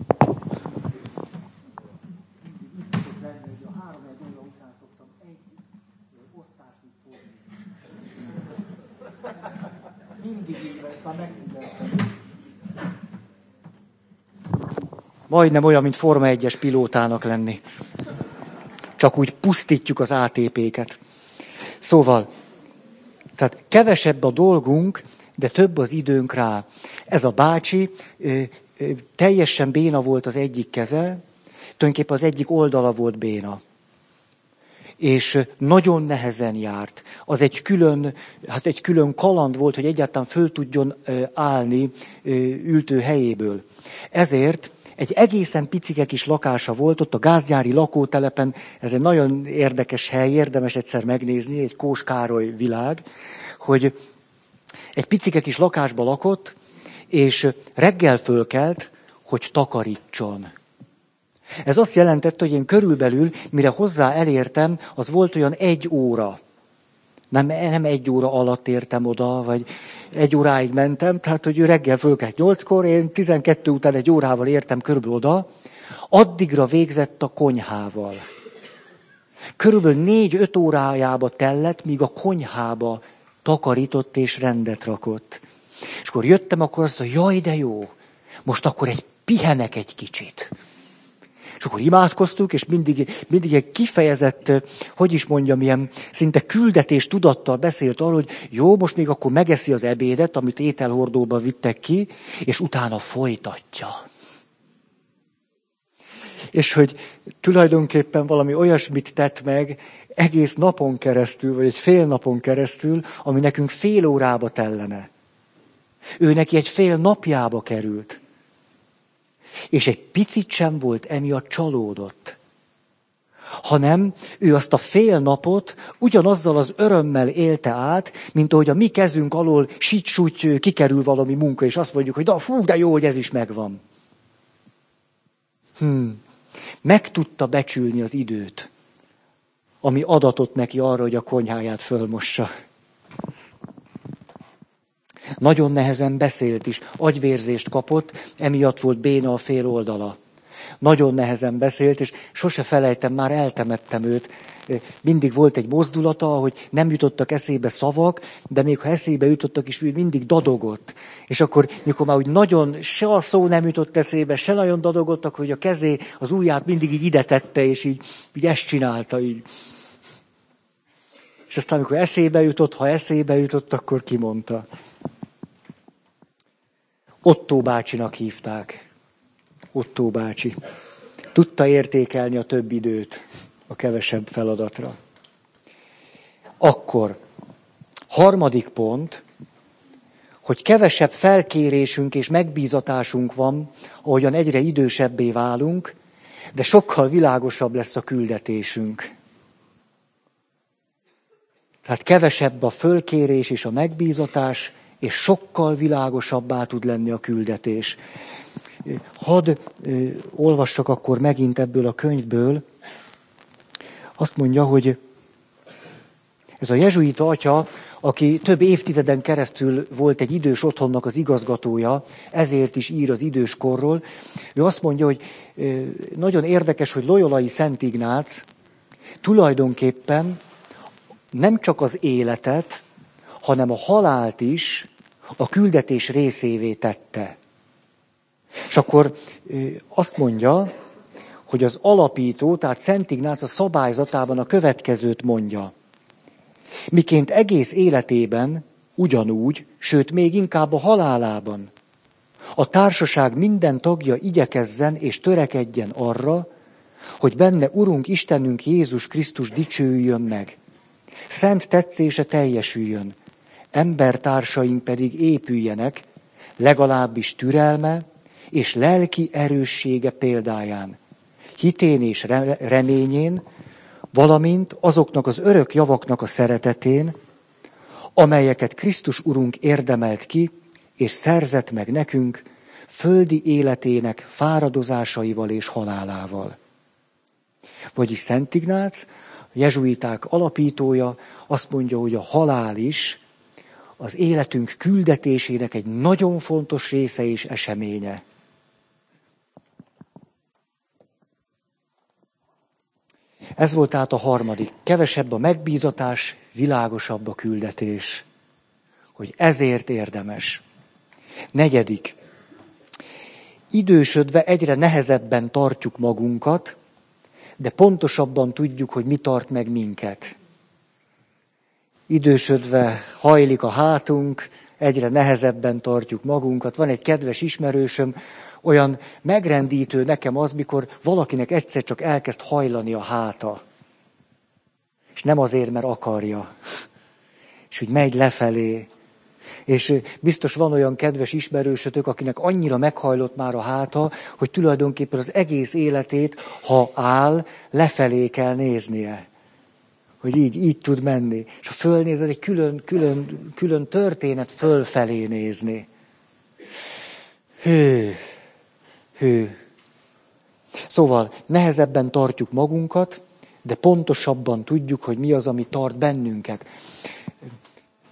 Majdnem olyan, mint Forma egyes pilótának lenni. Csak úgy pusztítjuk az á té péket. Szóval, tehát kevesebb a dolgunk, de több az időnk rá. Ez a bácsi ö, ö, teljesen béna volt az egyik keze, tulajdonképpen az egyik oldala volt béna. És nagyon nehezen járt. Az egy külön, hát egy külön kaland volt, hogy egyáltalán föl tudjon állni ültő helyéből. Ezért egy egészen picike kis lakása volt, ott a gázgyári lakótelepen, ez egy nagyon érdekes hely, érdemes egyszer megnézni, egy Kós Károly világ, hogy egy picike kis lakásba lakott, és reggel fölkelt, hogy takarítson. Ez azt jelentette, hogy én körülbelül, mire hozzá elértem, az volt olyan egy óra. Nem, nem egy óra alatt értem oda, vagy egy óráig mentem, tehát hogy reggel fölkelt nyolckor, én tizenkettő után egy órával értem körülbelül oda, addigra végzett a konyhával. Körülbelül négy-öt órájába tellett, míg a konyhába takarított és rendet rakott. És akkor jöttem, akkor azt mondja, jaj, de jó, most akkor egy pihenek egy kicsit. És akkor imádkoztuk, és mindig, mindig egy kifejezett, hogy is mondjam, ilyen szinte küldetés tudattal beszélt arról, hogy jó, most még akkor megeszi az ebédet, amit ételhordóba vittek ki, és utána folytatja. És hogy tulajdonképpen valami olyasmit tett meg egész napon keresztül, vagy egy fél napon keresztül, ami nekünk fél órába tellene. Ő neki egy fél napjába került. És egy picit sem volt emiatt csalódott. Hanem ő azt a fél napot ugyanazzal az örömmel élte át, mint ahogy a mi kezünk alól sit-sut kikerül valami munka, és azt mondjuk, hogy de fú, de jó, hogy ez is megvan. Hmm. Meg tudta becsülni az időt, ami adatott neki arra, hogy a konyháját fölmossa. Nagyon nehezen beszélt is, agyvérzést kapott, emiatt volt béna a fél oldala. Nagyon nehezen beszélt, és sose felejtem, már eltemettem őt. Mindig volt egy mozdulata, hogy nem jutottak eszébe szavak, de még ha eszébe jutottak is, mindig dadogott. És akkor, mikor már úgy nagyon se a szó nem jutott eszébe, se nagyon dadogottak, hogy a kezé, az ujját mindig így ide tette, és így, így ezt csinálta. Így. És aztán, amikor eszébe jutott, ha eszébe jutott, akkor kimondta. Ottó bácsinak hívták. Ottó bácsi. Tudta értékelni a több időt a kevesebb feladatra. Akkor, harmadik pont, hogy kevesebb felkérésünk és megbízatásunk van, ahogyan egyre idősebbé válunk, de sokkal világosabb lesz a küldetésünk. Tehát kevesebb a fölkérés és a megbízatás, és sokkal világosabbá tud lenni a küldetés. Hadd ö, olvassak akkor megint ebből a könyvből. Azt mondja, hogy ez a jezsuita atya, aki több évtizeden keresztül volt egy idős otthonnak az igazgatója, ezért is ír az időskorról. Ő azt mondja, hogy ö, nagyon érdekes, hogy Loyolai Szent Ignác tulajdonképpen nem csak az életet, hanem a halált is a küldetés részévé tette. És akkor azt mondja, hogy az alapító, tehát Szent Ignác a szabályzatában a következőt mondja. Miként egész életében ugyanúgy, sőt még inkább a halálában, a társaság minden tagja igyekezzen és törekedjen arra, hogy benne Urunk Istenünk Jézus Krisztus dicsőüljön meg. Szent tetszése teljesüljön, embertársaink pedig épüljenek, legalábbis türelme és lelki erőssége példáján, hitén és reményén, valamint azoknak az örök javaknak a szeretetén, amelyeket Krisztus Urunk érdemelt ki, és szerzett meg nekünk földi életének fáradozásaival és halálával. Vagyis Szent Ignác, a jezsuiták alapítója, azt mondja, hogy a halál is az életünk küldetésének egy nagyon fontos része és eseménye. Ez volt tehát a harmadik. Kevesebb a megbízatás, világosabb a küldetés. Hogy ezért érdemes. Negyedik. Idősödve egyre nehezebben tartjuk magunkat, de pontosabban tudjuk, hogy mi tart meg minket. Idősödve hajlik a hátunk, egyre nehezebben tartjuk magunkat. Van egy kedves ismerősöm, olyan megrendítő nekem az, mikor valakinek egyszer csak elkezd hajlani a háta. És nem azért, mert akarja. És úgy megy lefelé. És biztos van olyan kedves ismerősötök, akinek annyira meghajlott már a háta, hogy tulajdonképpen az egész életét, ha áll, lefelé kell néznie. Hogy így, így tud menni. És ha fölnéz, az egy külön, külön, külön történet fölfelé nézni. Hű, hű. Szóval nehezebben tartjuk magunkat, de pontosabban tudjuk, hogy mi az, ami tart bennünket.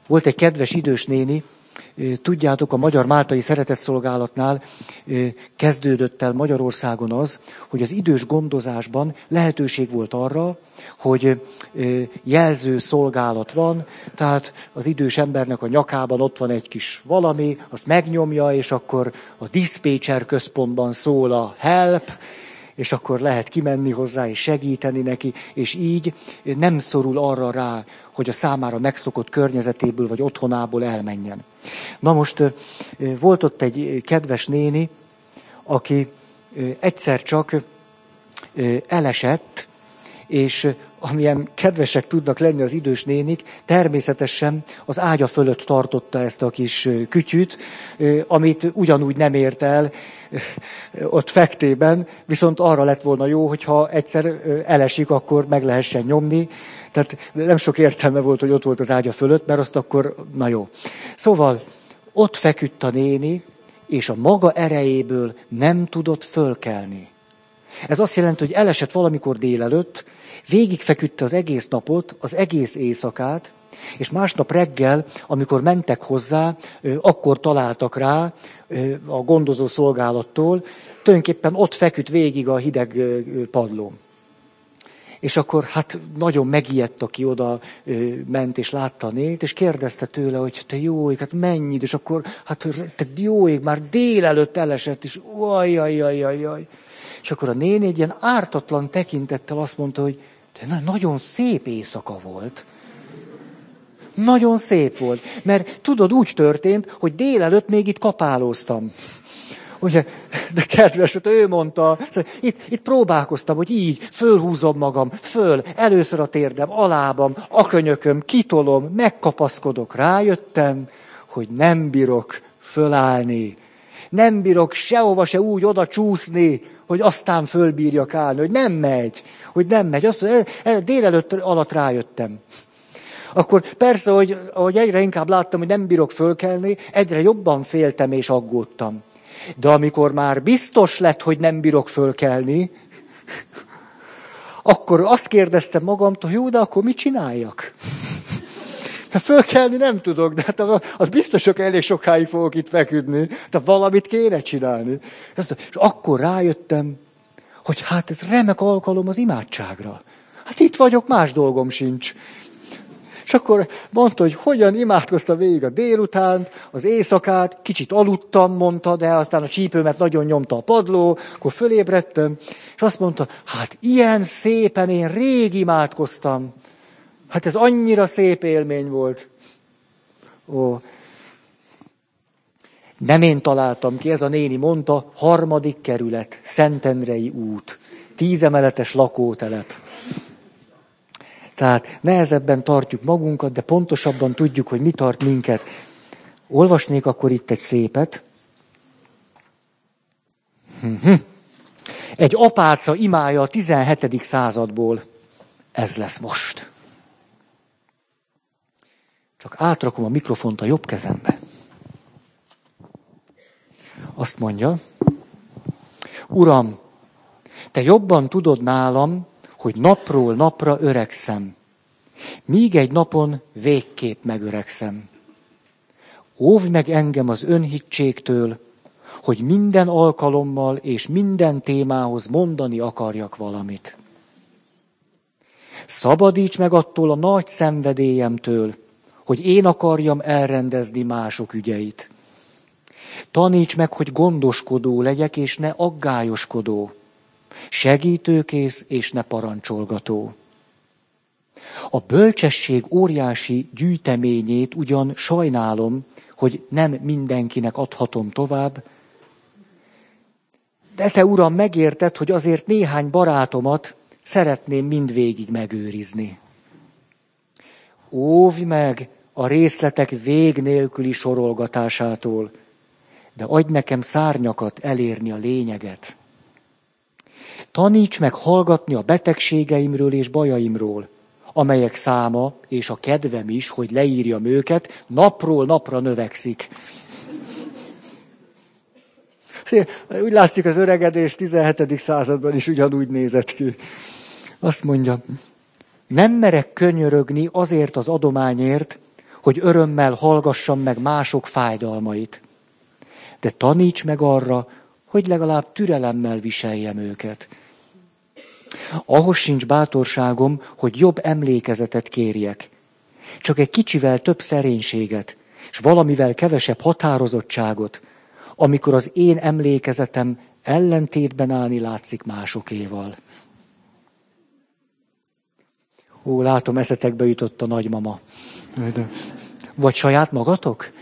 Volt egy kedves idős néni, tudjátok, a Magyar Máltai Szeretetszolgálatnál kezdődött el Magyarországon az, hogy az idős gondozásban lehetőség volt arra, hogy jelző szolgálat van, tehát az idős embernek a nyakában ott van egy kis valami, azt megnyomja, és akkor a diszpécser központban szól a help, és akkor lehet kimenni hozzá és segíteni neki, és így nem szorul arra rá, hogy a számára megszokott környezetéből vagy otthonából elmenjen. Na most volt ott egy kedves néni, aki egyszer csak elesett, és amilyen kedvesek tudnak lenni az idős nénik, természetesen az ágya fölött tartotta ezt a kis kütyüt, amit ugyanúgy nem ért el ott fektében, viszont arra lett volna jó, hogyha egyszer elesik, akkor meg lehessen nyomni. Tehát nem sok értelme volt, hogy ott volt az ágya fölött, mert azt akkor, na jó. Szóval ott feküdt a néni, és a maga erejéből nem tudott fölkelni. Ez azt jelenti, hogy elesett valamikor délelőtt, végigfeküdte az egész napot, az egész éjszakát, és másnap reggel, amikor mentek hozzá, akkor találtak rá a gondozó szolgálattól, tulajdonképpen ott feküdt végig a hideg padlón. És akkor hát nagyon megijedt, aki oda ment és látta a nénit, és kérdezte tőle, hogy te jó ég, hát menj ide, és akkor hát te jó ég, már délelőtt elesett, és ajajajajaj. És akkor a néni egy ilyen ártatlan tekintettel azt mondta, hogy de nagyon szép éjszaka volt. Nagyon szép volt. Mert tudod, úgy történt, hogy délelőtt még itt kapálóztam. Ugye, de kedves, ő mondta, itt, itt próbálkoztam, hogy így, fölhúzom magam, föl, először a térdem, a lábam, a könyököm, kitolom, megkapaszkodok. Rájöttem, hogy nem bírok fölállni. Nem bírok sehova se úgy oda csúszni, hogy aztán fölbírjak állni, hogy nem megy, hogy nem megy. Azt mondja, délelőtt alatt rájöttem. Akkor persze, hogy, hogy egyre inkább láttam, hogy nem bírok fölkelni, egyre jobban féltem és aggódtam. De amikor már biztos lett, hogy nem bírok fölkelni, akkor azt kérdeztem magamtól, jó, de akkor mit csináljak? Hát fölkelni nem tudok, de hát az biztos, hogy elég sokáig fogok itt feküdni. Tehát valamit kéne csinálni. És akkor rájöttem, hogy hát ez remek alkalom az imádságra. Hát itt vagyok, más dolgom sincs. És akkor mondta, hogy hogyan imádkozta végig a délutánt, az éjszakát, kicsit aludtam, mondta, de aztán a csípőmet nagyon nyomta a padló, akkor fölébredtem, és azt mondta, hát ilyen szépen én rég imádkoztam. Hát ez annyira szép élmény volt. Ó. Nem én találtam ki, ez a néni mondta, harmadik kerület, Szentendrei út, tízemeletes lakótelep. Tehát nehezebben tartjuk magunkat, de pontosabban tudjuk, hogy mi tart minket. Olvasnék akkor itt egy szépet. Egy apáca imája a tizenhetedik századból. Ez lesz most. Csak átrakom a mikrofont a jobb kezembe. Azt mondja, Uram, te jobban tudod nálam, hogy napról napra öregszem, míg egy napon végképp megöregszem. Óvj meg engem az önhitségtől, hogy minden alkalommal és minden témához mondani akarjak valamit. Szabadíts meg attól a nagy szenvedélyemtől, hogy én akarjam elrendezni mások ügyeit. Taníts meg, hogy gondoskodó legyek, és ne aggályoskodó. Segítőkész, és ne parancsolgató. A bölcsesség óriási gyűjteményét ugyan sajnálom, hogy nem mindenkinek adhatom tovább, de te, Uram, megérted, hogy azért néhány barátomat szeretném mindvégig megőrizni. Óvj meg a részletek vég nélküli sorolgatásától, de adj nekem szárnyakat elérni a lényeget. Taníts meg hallgatni a betegségeimről és bajaimról, amelyek száma és a kedvem is, hogy leírjam őket, napról napra növekszik. Úgy látszik, az öregedés tizenhetedik században is ugyanúgy nézett ki. Azt mondja, nem merek könyörögni azért az adományért, hogy örömmel hallgassam meg mások fájdalmait. De taníts meg arra, hogy legalább türelemmel viseljem őket. Ahhoz sincs bátorságom, hogy jobb emlékezetet kérjek. Csak egy kicsivel több szerénységet, és valamivel kevesebb határozottságot, amikor az én emlékezetem ellentétben állni látszik másokéval. Ó, látom, eszetekbe jutott a nagymama. Vagy saját magatok?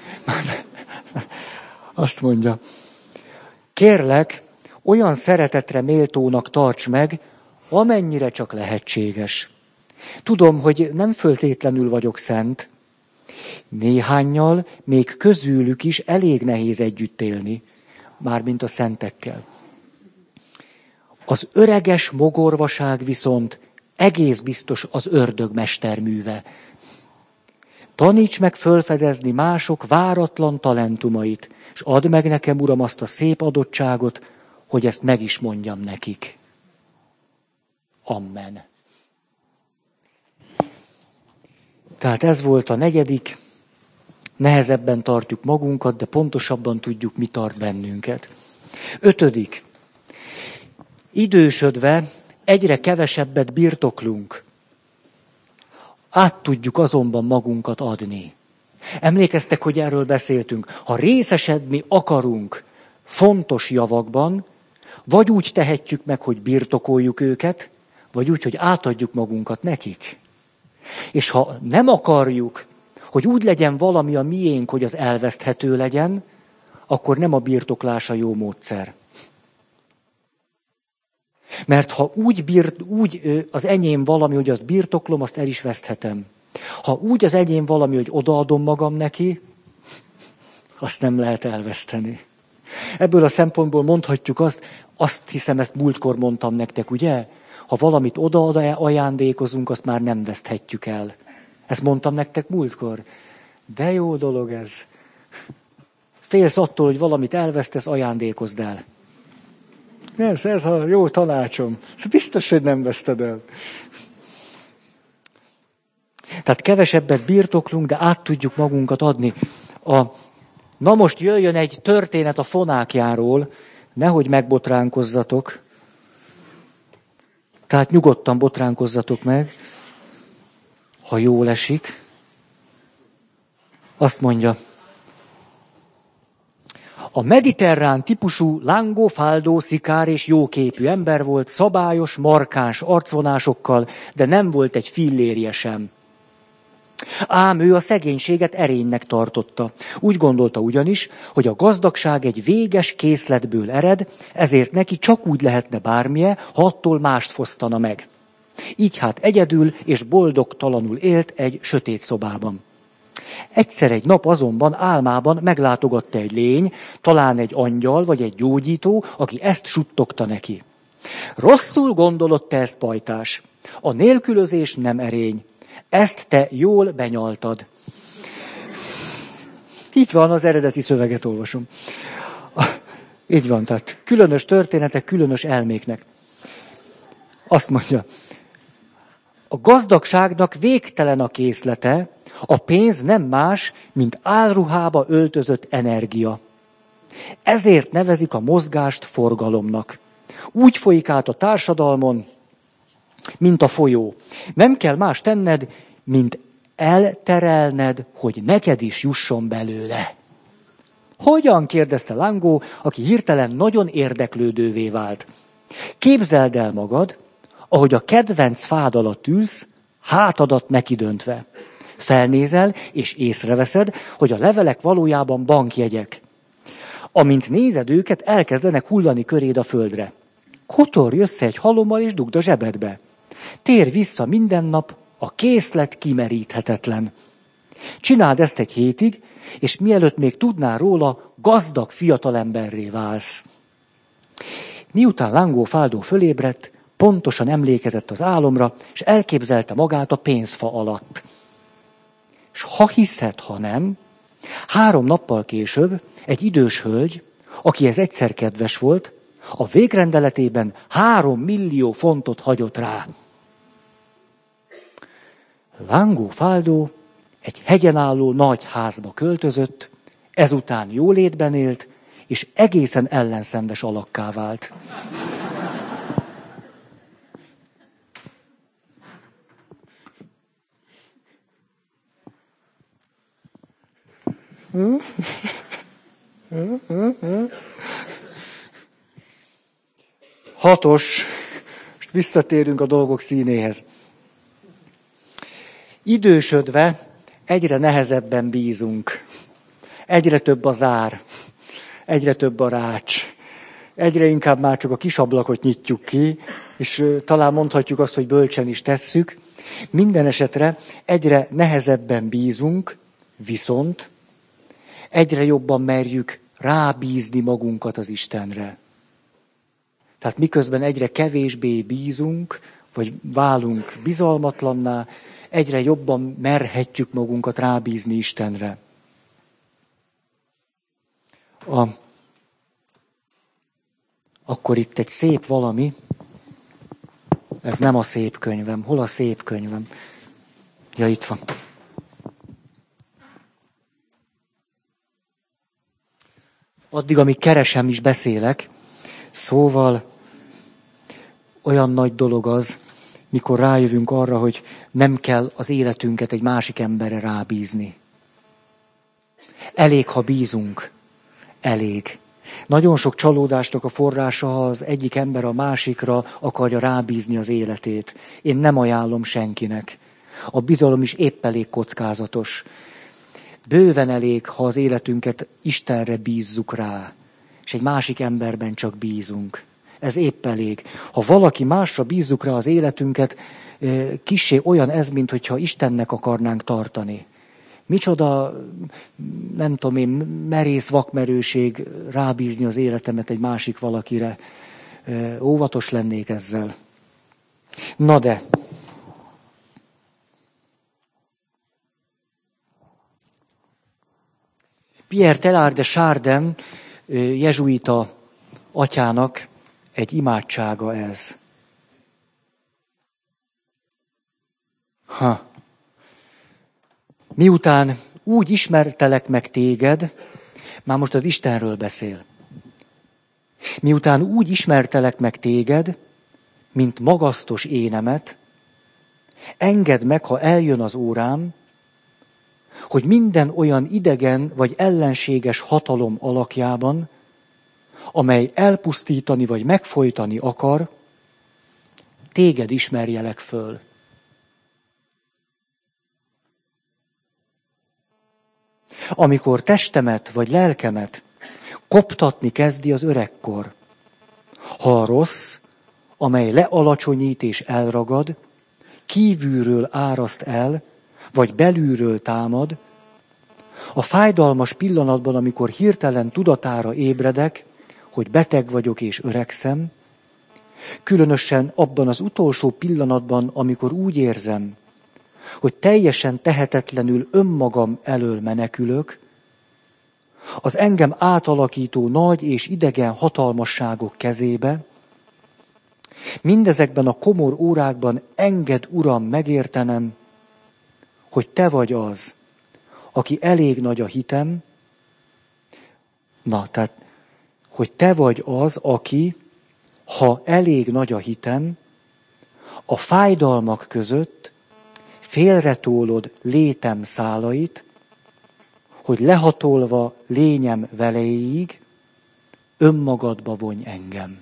Azt mondja, kérlek, olyan szeretetre méltónak tarts meg, amennyire csak lehetséges. Tudom, hogy nem föltétlenül vagyok szent. Néhánnyal, még közülük is elég nehéz együtt élni, mármint a szentekkel. Az öreges mogorvaság viszont egész biztos az ördög mesterműve. Taníts meg fölfedezni mások váratlan talentumait, és add meg nekem, Uram, azt a szép adottságot, hogy ezt meg is mondjam nekik. Amen. Tehát ez volt a negyedik, nehezebben tartjuk magunkat, de pontosabban tudjuk, mi tart bennünket. Ötödik. Idősödve egyre kevesebbet birtoklunk. Át tudjuk azonban magunkat adni. Emlékeztek, hogy erről beszéltünk. Ha részesedni akarunk fontos javakban, vagy úgy tehetjük meg, hogy birtokoljuk őket, vagy úgy, hogy átadjuk magunkat nekik. És ha nem akarjuk, hogy úgy legyen valami a miénk, hogy az elveszthető legyen, akkor nem a birtoklás a jó módszer. Mert ha úgy, birt, úgy az enyém valami, hogy azt birtoklom, azt el is veszthetem. Ha úgy az enyém valami, hogy odaadom magam neki, azt nem lehet elveszteni. Ebből a szempontból mondhatjuk azt, azt hiszem, ezt múltkor mondtam nektek, ugye? Ha valamit oda ajándékozunk, azt már nem veszthetjük el. Ezt mondtam nektek múltkor. De jó dolog ez. Félsz attól, hogy valamit elvesztesz, ajándékozd el. Ez, ez a jó tanácsom. Biztos, hogy nem veszted el. Tehát kevesebbet birtoklunk, de át tudjuk magunkat adni. A, na most jöjjön egy történet a fonákjáról, nehogy megbotránkozzatok. Tehát nyugodtan botránkozzatok meg, ha jól esik. Azt mondja, a mediterrán típusú Lango, Faldo, szikár és jóképű ember volt, szabályos, markáns arcvonásokkal, de nem volt egy fillérje sem. Ám ő a szegénységet erénynek tartotta. Úgy gondolta ugyanis, hogy a gazdagság egy véges készletből ered, ezért neki csak úgy lehetne bármilyen, ha attól mást fosztana meg. Így hát egyedül és boldogtalanul élt egy sötét szobában. Egyszer egy nap azonban álmában meglátogatta egy lény, talán egy angyal vagy egy gyógyító, aki ezt suttogta neki. Rosszul gondolod te ezt, pajtás. A nélkülözés nem erény. Ezt te jól benyaltad. Itt van, az eredeti szöveget olvasom. Így van, tehát különös történetek, különös elméknek. Azt mondja, a gazdagságnak végtelen a készlete, a pénz nem más, mint álruhába öltözött energia. Ezért nevezik a mozgást forgalomnak. Úgy folyik át a társadalmon, mint a folyó. Nem kell más tenned, mint elterelned, hogy neked is jusson belőle. Hogyan? Kérdezte Lango, aki hirtelen nagyon érdeklődővé vált. Képzeld el magad, ahogy a kedvenc fád alatt ülsz, hátadat nekidöntve. Felnézel, és észreveszed, hogy a levelek valójában bankjegyek. Amint nézed őket, elkezdenek hullani köréd a földre. Kotorj össze egy halommal, és dugd a zsebedbe. Tér vissza minden nap, a készlet kimeríthetetlen. Csináld ezt egy hétig, és mielőtt még tudnál róla, gazdag fiatalemberré válsz. Miután Lango Faldo fölébredt, pontosan emlékezett az álomra, és elképzelte magát a pénzfa alatt. És ha hiszed, ha nem, három nappal később egy idős hölgy, akihez egyszer kedves volt, a végrendeletében három millió fontot hagyott rá. Lango Faldo egy hegyen álló nagy házba költözött, ezután jólétben élt, és egészen ellenszenves alakká vált. Hatos, most visszatérünk a dolgok színéhez. Idősödve egyre nehezebben bízunk. Egyre több a zár, egyre több a rács. Egyre inkább már csak a kis ablakot nyitjuk ki, és talán mondhatjuk azt, hogy bölcsen is tesszük. Minden esetre egyre nehezebben bízunk, viszont egyre jobban merjük rábízni magunkat az Istenre. Tehát miközben egyre kevésbé bízunk, vagy válunk bizalmatlanná, egyre jobban merhetjük magunkat rábízni Istenre. A... Akkor itt egy szép valami, ez nem a szép könyvem. Hol a szép könyvem? Ja, itt van. Addig, amíg keresem is beszélek, szóval olyan nagy dolog az, mikor rájövünk arra, hogy nem kell az életünket egy másik emberre rábízni. Elég, ha bízunk. Elég. Nagyon sok csalódásnak a forrása, ha az egyik ember a másikra akarja rábízni az életét. Én nem ajánlom senkinek. A bizalom is épp elég kockázatos. Bőven elég, ha az életünket Istenre bízzuk rá, és egy másik emberben csak bízunk. Ez épp elég. Ha valaki másra bízzuk rá az életünket, kissé olyan ez, mintha Istennek akarnánk tartani. Micsoda, nem tudom én, merész vakmerőség rábízni az életemet egy másik valakire. Óvatos lennék ezzel. Na de... Pierre Teilhard de Chardin jezsuita atyának egy imádsága ez. Ha. Miután úgy ismertelek meg téged, már most az Istenről beszél. Miután úgy ismertelek meg téged, mint magasztos énemet, engedd meg, ha eljön az órám, hogy minden olyan idegen vagy ellenséges hatalom alakjában, amely elpusztítani vagy megfojtani akar, téged ismerjelek föl. Amikor testemet vagy lelkemet koptatni kezdi az öregkor, ha a rossz, amely lealacsonyít és elragad, kívülről áraszt el, vagy belülről támad, a fájdalmas pillanatban, amikor hirtelen tudatára ébredek, hogy beteg vagyok és öregszem, különösen abban az utolsó pillanatban, amikor úgy érzem, hogy teljesen tehetetlenül önmagam elől menekülök, az engem átalakító nagy és idegen hatalmasságok kezébe, mindezekben a komor órákban engedd, Uram, megértenem, hogy te vagy az, aki elég nagy a hitem, na, tehát, hogy te vagy az, aki, ha elég nagy a hitem, a fájdalmak között félretólod létem szálait, hogy lehatolva lényem velejéig, önmagadba vonj engem.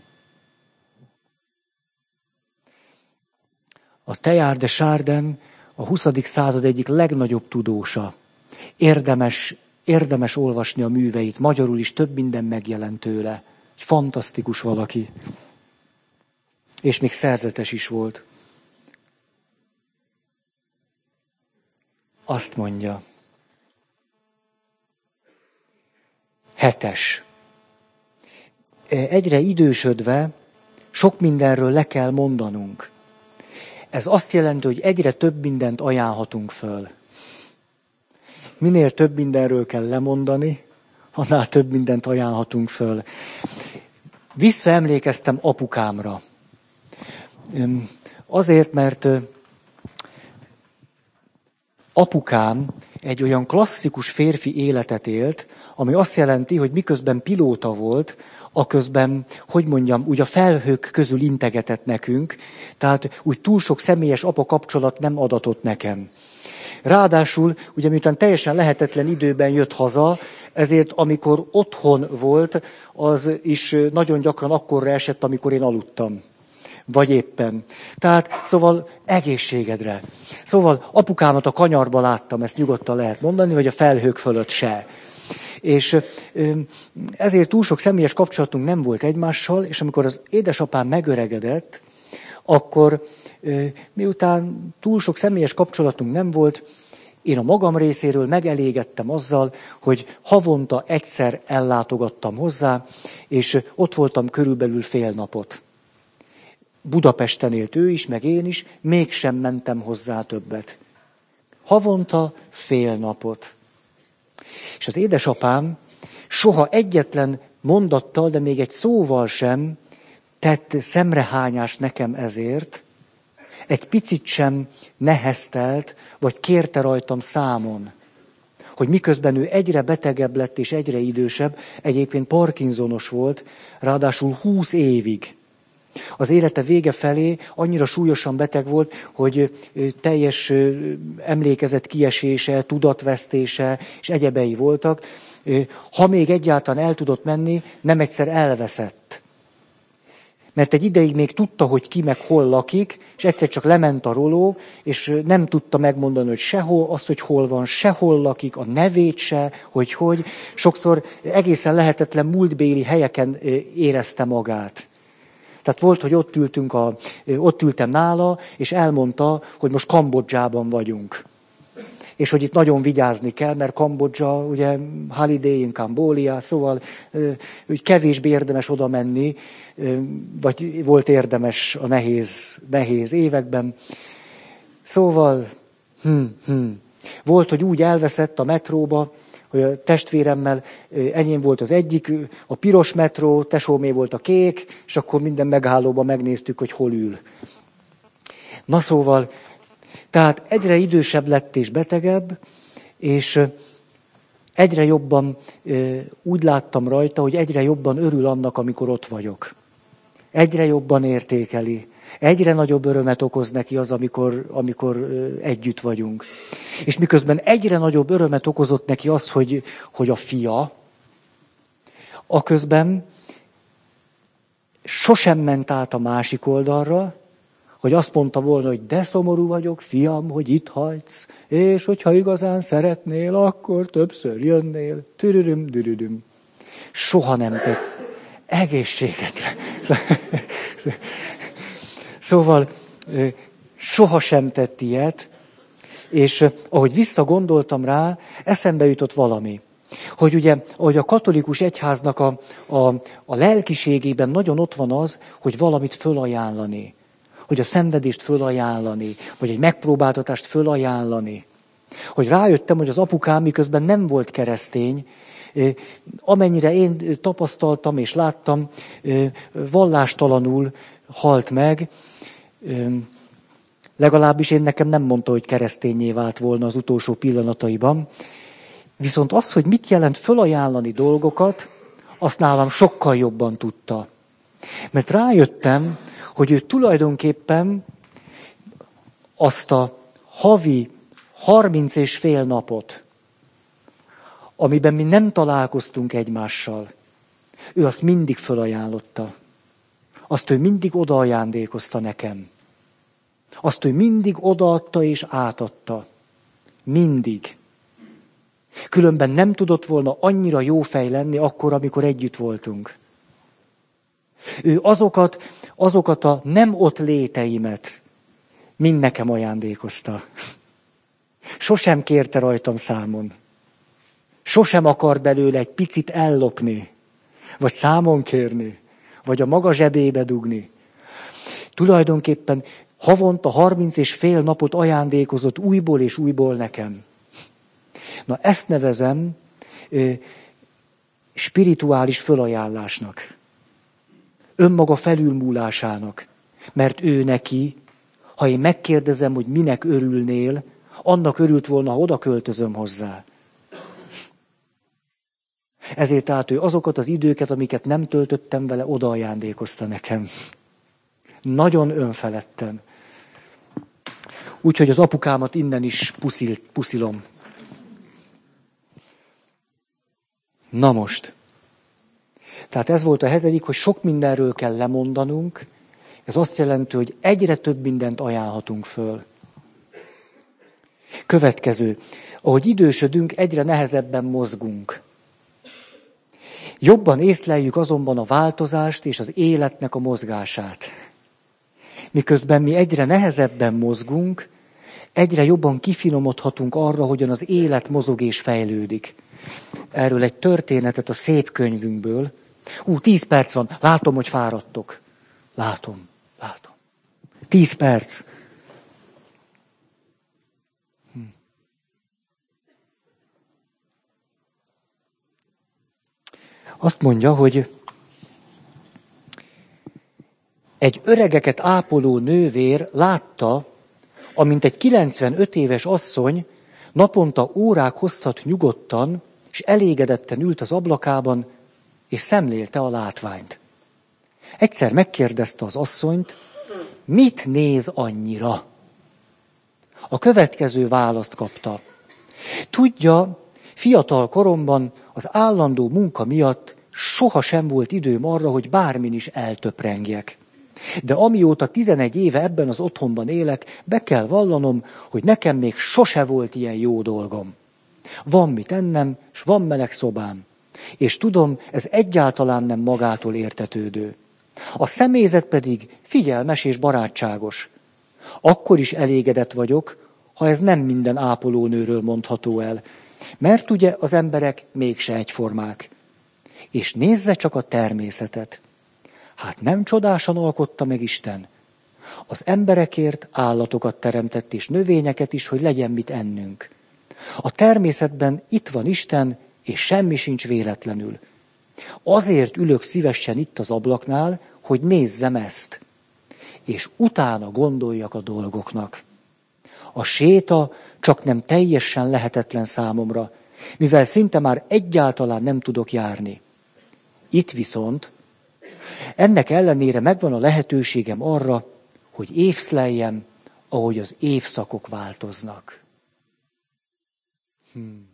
A Teilhard de Chardin a huszadik század egyik legnagyobb tudósa. Érdemes, érdemes olvasni a műveit, magyarul is több minden megjelent tőle. Egy fantasztikus valaki. És még szerzetes is volt. Azt mondja. Hetes. Egyre idősödve sok mindenről le kell mondanunk. Ez azt jelenti, hogy egyre több mindent ajánlhatunk föl. Minél több mindenről kell lemondani, annál több mindent ajánlhatunk föl. Visszaemlékeztem apukámra. Azért, mert apukám egy olyan klasszikus férfi életet élt, ami azt jelenti, hogy miközben pilóta volt, aközben, hogy mondjam, úgy a felhők közül integetett nekünk, tehát úgy túl sok személyes apa kapcsolat nem adatott nekem. Ráadásul, ugye miután teljesen lehetetlen időben jött haza, ezért amikor otthon volt, az is nagyon gyakran akkorra esett, amikor én aludtam. Vagy éppen. Tehát, szóval egészségedre. Szóval apukámat a kanyarba láttam, ezt nyugodtan lehet mondani, vagy a felhők fölött se. És ezért túl sok személyes kapcsolatunk nem volt egymással, és amikor az édesapám megöregedett, akkor miután túl sok személyes kapcsolatunk nem volt, én a magam részéről megelégettem azzal, hogy havonta egyszer ellátogattam hozzá, és ott voltam körülbelül fél napot. Budapesten élt ő is, meg én is, mégsem mentem hozzá többet. Havonta fél napot. És az édesapám soha egyetlen mondattal, de még egy szóval sem tett szemrehányást nekem ezért, egy picit sem neheztelt, vagy kérte rajtam számon, hogy miközben ő egyre betegebb lett és egyre idősebb, egyébként Parkinsonos volt, ráadásul húsz évig. Az élete vége felé annyira súlyosan beteg volt, hogy teljes emlékezet kiesése, tudatvesztése és egyebei voltak. Ha még egyáltalán el tudott menni, nem egyszer elveszett. Mert egy ideig még tudta, hogy ki meg hol lakik, és egyszer csak lement a roló, és nem tudta megmondani, hogy sehol, azt, hogy hol van, sehol lakik, a nevét se, hogy hogy. Sokszor egészen lehetetlen múltbéli helyeken érezte magát. Tehát volt, hogy ott ültünk, a, ott ültem nála, és elmondta, hogy most Kambodzsában vagyunk. És hogy itt nagyon vigyázni kell, mert Kambodzsa, ugye, holiday in Cambodia, szóval úgy kevésbé érdemes oda menni, vagy volt érdemes a nehéz, nehéz években. Szóval, hm, hm. Volt, hogy úgy elveszett a metróba, hogy a testvéremmel enyém volt az egyik, a piros metró, tesómé volt a kék, és akkor minden megállóban megnéztük, hogy hol ül. Na szóval, tehát egyre idősebb lett és betegebb, és egyre jobban úgy láttam rajta, hogy egyre jobban örül annak, amikor ott vagyok. Egyre jobban értékeli. Egyre nagyobb örömet okoz neki az, amikor, amikor együtt vagyunk. És miközben egyre nagyobb örömet okozott neki az, hogy, hogy a fia, aközben sosem ment át a másik oldalra, hogy azt mondta volna, hogy de szomorú vagyok, fiam, hogy itt hagysz, és hogyha igazán szeretnél, akkor többször jönnél. Türürüm, dürürüm. Soha nem tett. Egészségedre. Szóval soha sem tett ilyet, és ahogy visszagondoltam rá, eszembe jutott valami. Hogy ugye, ahogy a katolikus egyháznak a, a, a lelkiségében nagyon ott van az, hogy valamit fölajánlani. Hogy a szenvedést fölajánlani, vagy egy megpróbáltatást fölajánlani. Hogy rájöttem, hogy az apukám miközben nem volt keresztény, amennyire én tapasztaltam és láttam, vallástalanul halt meg, legalábbis én nekem nem mondta, hogy kereszténnyé vált volna az utolsó pillanataiban. Viszont az, hogy mit jelent fölajánlani dolgokat, azt nálam sokkal jobban tudta. Mert rájöttem, hogy ő tulajdonképpen azt a havi harminc és fél napot, amiben mi nem találkoztunk egymással, ő azt mindig fölajánlotta. Azt ő mindig odaajándékozta nekem. Azt ő mindig odaadta és átadta. Mindig. Különben nem tudott volna annyira jó fej lenni akkor, amikor együtt voltunk. Ő azokat, azokat a nem ott léteimet mind nekem ajándékozta. Sosem kérte rajtam számon. Sosem akart belőle egy picit ellopni, vagy számon kérni, vagy a maga zsebébe dugni. Tulajdonképpen havonta harminc és fél napot ajándékozott újból és újból nekem. Na ezt nevezem ö, spirituális fölajánlásnak. Önmaga felülmúlásának. Mert ő neki, ha én megkérdezem, hogy minek örülnél, Annak örült volna, ha oda költözöm hozzá. Ezért tehát ő azokat az időket, amiket nem töltöttem vele, oda ajándékozta nekem. Nagyon önfeledten. Úgyhogy az apukámat innen is puszil, puszilom. Na most. Tehát ez volt a hetedik, hogy sok mindenről kell lemondanunk. Ez azt jelenti, hogy egyre több mindent ajánlhatunk föl. Következő. Ahogy idősödünk, egyre nehezebben mozgunk. Jobban észleljük azonban a változást és az életnek a mozgását. Miközben mi egyre nehezebben mozgunk, egyre jobban kifinomodhatunk arra, hogyan az élet mozog és fejlődik. Erről egy történetet a szép könyvünkből. Ú, tíz perc van, látom, hogy fáradtok. Látom, látom. Tíz perc. Hm. Azt mondja, hogy egy öregeket ápoló nővér látta, amint egy kilencvenöt éves asszony naponta órák hosszat nyugodtan és elégedetten ült az ablakában, és szemlélte a látványt. Egyszer megkérdezte az asszonyt, mit néz annyira? A következő választ kapta. Tudja, fiatal koromban az állandó munka miatt soha sem volt időm arra, hogy bármin is eltöprengjek. De amióta tizenegy éve ebben az otthonban élek, be kell vallanom, hogy nekem még sose volt ilyen jó dolgom. Van mit ennem, s van meleg szobám. És tudom, ez egyáltalán nem magától értetődő. A személyzet pedig figyelmes és barátságos. Akkor is elégedett vagyok, ha ez nem minden ápolónőről mondható el. Mert ugye az emberek mégse egyformák. És nézze csak a természetet. Hát nem csodásan alkotta meg Isten. Az emberekért állatokat teremtett és növényeket is, hogy legyen mit ennünk. A természetben itt van Isten, és semmi sincs véletlenül. Azért ülök szívesen itt az ablaknál, hogy nézzem ezt, és utána gondoljak a dolgoknak. A séta csak nem teljesen lehetetlen számomra, mivel szinte már egyáltalán nem tudok járni. Itt viszont ennek ellenére megvan a lehetőségem arra, hogy észleljem, ahogy az évszakok változnak. Hmm.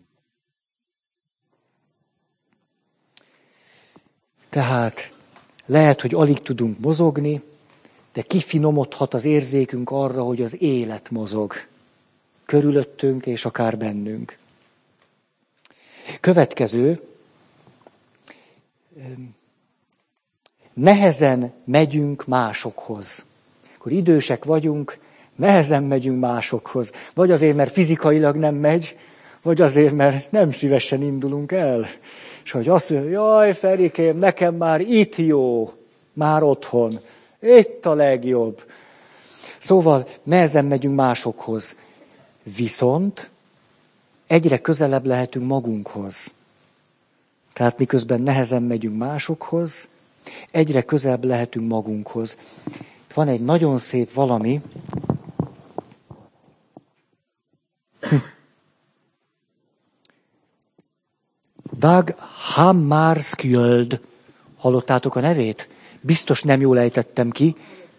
Tehát lehet, hogy alig tudunk mozogni, de kifinomodhat az érzékünk arra, hogy az élet mozog. Körülöttünk és akár bennünk. Következő. Nehezen megyünk másokhoz. Akkor idősek vagyunk, nehezen megyünk másokhoz. Vagy azért, mert fizikailag nem megy, vagy azért, mert nem szívesen indulunk el. És hogy azt mondja, jaj, Ferikém, nekem már itt jó, már otthon, itt a legjobb. Szóval nehezen megyünk másokhoz. Viszont egyre közelebb lehetünk magunkhoz. Tehát miközben nehezen megyünk másokhoz, egyre közelebb lehetünk magunkhoz. Van egy nagyon szép valami. Dag Hammarskjöld. Hallottátok a nevét? Biztos nem jól ejtettem ki.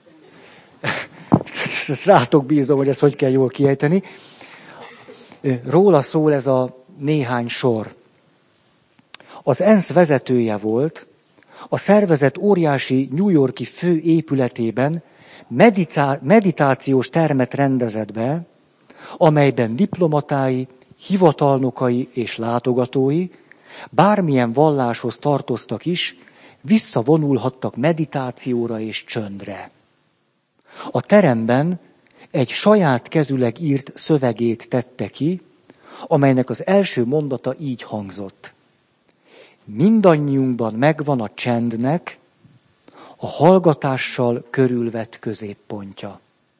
Ezt rátok bízom, hogy ezt hogy kell jól kiejteni. Róla szól ez a néhány sor. Az ENSZ vezetője volt, a szervezet óriási New York-i fő épületében medicá- meditációs termet rendezett be, amelyben diplomatái, hivatalnokai és látogatói, bármilyen valláshoz tartoztak is, visszavonulhattak meditációra és csöndre. A teremben egy saját kezüleg írt szövegét tette ki, amelynek az első mondata így hangzott. Mindannyiunkban megvan a csendnek a hallgatással körülvett középpontja.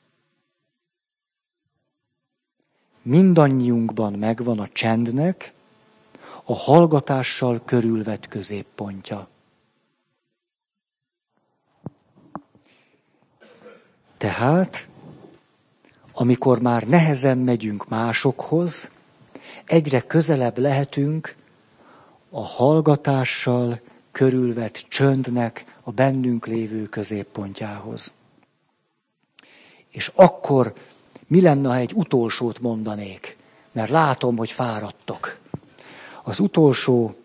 Mindannyiunkban megvan a csendnek a hallgatással körülvett középpontja. Tehát amikor már nehezen megyünk másokhoz, egyre közelebb lehetünk a hallgatással körülvett csöndnek a bennünk lévő középpontjához. És akkor mi lenne, ha egy utolsót mondanék? Mert látom, hogy fáradtok. Az utolsó,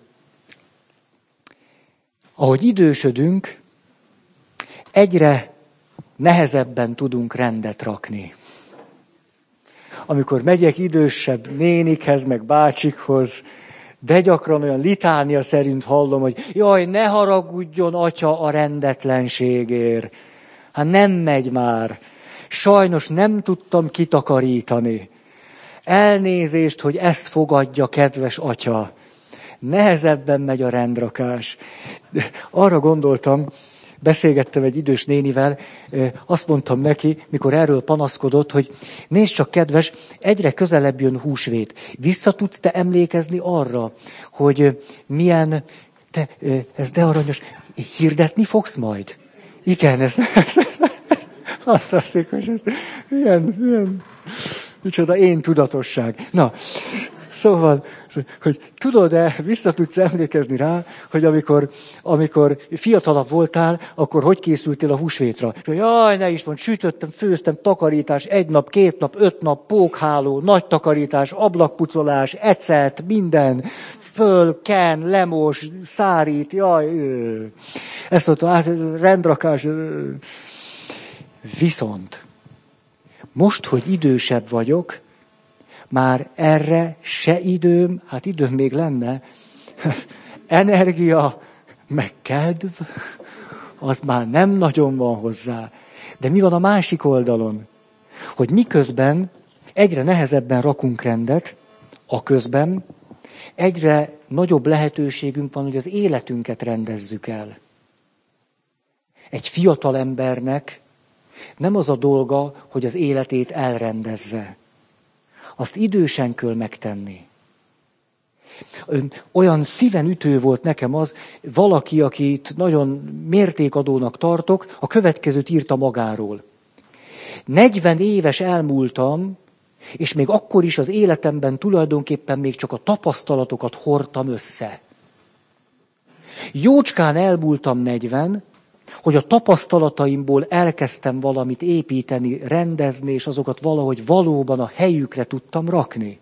ahogy idősödünk, egyre nehezebben tudunk rendet rakni. Amikor megyek idősebb nénikhez, meg bácsikhoz, de gyakran olyan litánia szerint hallom, hogy jaj, ne haragudjon, atya, a rendetlenségért. Hát nem megy már. Sajnos nem tudtam kitakarítani. Elnézést, hogy ezt fogadja, kedves atya. Nehezebben megy a rendrakás. Arra gondoltam, beszélgettem egy idős nénivel, azt mondtam neki, mikor erről panaszkodott, hogy nézd csak, kedves, egyre közelebb jön húsvét. Vissza tudsz te emlékezni arra, hogy milyen, te, ez de aranyos, hirdetni fogsz majd? Igen, ez, ez fantasztikus, ez milyen, milyen, micsoda én tudatosság. Na, szóval, hogy tudod-e, vissza tudsz emlékezni rá, hogy amikor, amikor fiatalabb voltál, akkor hogy készültél a húsvétra? Jaj, ne is mondd, sütöttem, főztem, takarítás, egy nap, két nap, öt nap, pókháló, nagy takarítás, ablakpucolás, ecet, minden, föl, ken, lemos, szárít, jaj. Ezt mondta, hát rendrakás. Viszont, most, hogy idősebb vagyok, már erre se időm, hát időm még lenne, energia, meg kedv, az már nem nagyon van hozzá. De mi van a másik oldalon? Hogy miközben egyre nehezebben rakunk rendet, a közben egyre nagyobb lehetőségünk van, hogy az életünket rendezzük el. Egy fiatal embernek nem az a dolga, hogy az életét elrendezze. Azt idősen kell megtenni. Olyan szíven ütő volt nekem az, valaki, akit nagyon mértékadónak tartok, a következőt írta magáról. negyven éves elmúltam, és még akkor is az életemben tulajdonképpen még csak a tapasztalatokat hordtam össze. Jócskán elmúltam negyven, hogy a tapasztalataimból elkezdtem valamit építeni, rendezni, és azokat valahogy valóban a helyükre tudtam rakni.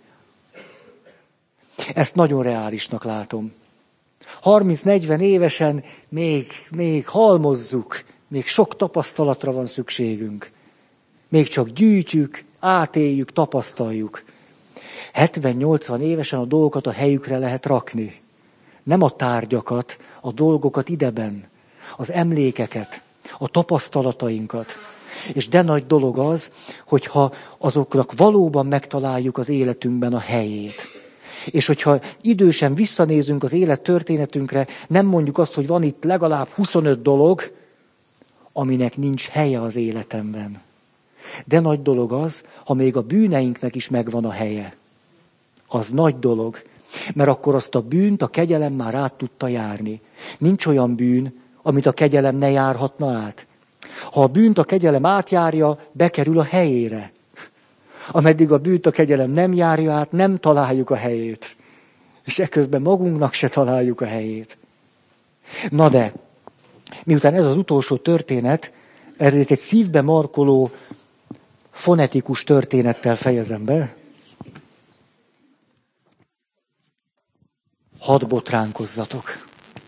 Ezt nagyon reálisnak látom. harminc-negyven évesen még, még halmozzuk, még sok tapasztalatra van szükségünk. Még csak gyűjtjük, átéljük, tapasztaljuk. hetven-nyolcvan évesen a dolgokat a helyükre lehet rakni. Nem a tárgyakat, a dolgokat ideben. Az emlékeket, a tapasztalatainkat. És de nagy dolog az, hogyha azoknak valóban megtaláljuk az életünkben a helyét. És hogyha idősen visszanézünk az élet történetünkre, nem mondjuk azt, hogy van itt legalább huszonöt dolog, aminek nincs helye az életemben. De nagy dolog az, ha még a bűneinknek is megvan a helye. Az nagy dolog, mert akkor azt a bűnt a kegyelem már át tudta járni. Nincs olyan bűn, amit a kegyelem ne járhatna át. Ha a bűnt a kegyelem átjárja, bekerül a helyére. Ameddig a bűnt a kegyelem nem járja át, nem találjuk a helyét. És eközben magunknak se találjuk a helyét. Na de, miután ez az utolsó történet, ezért egy szívbe markoló, fonetikus történettel fejezem be. Hadd botránkozzatok.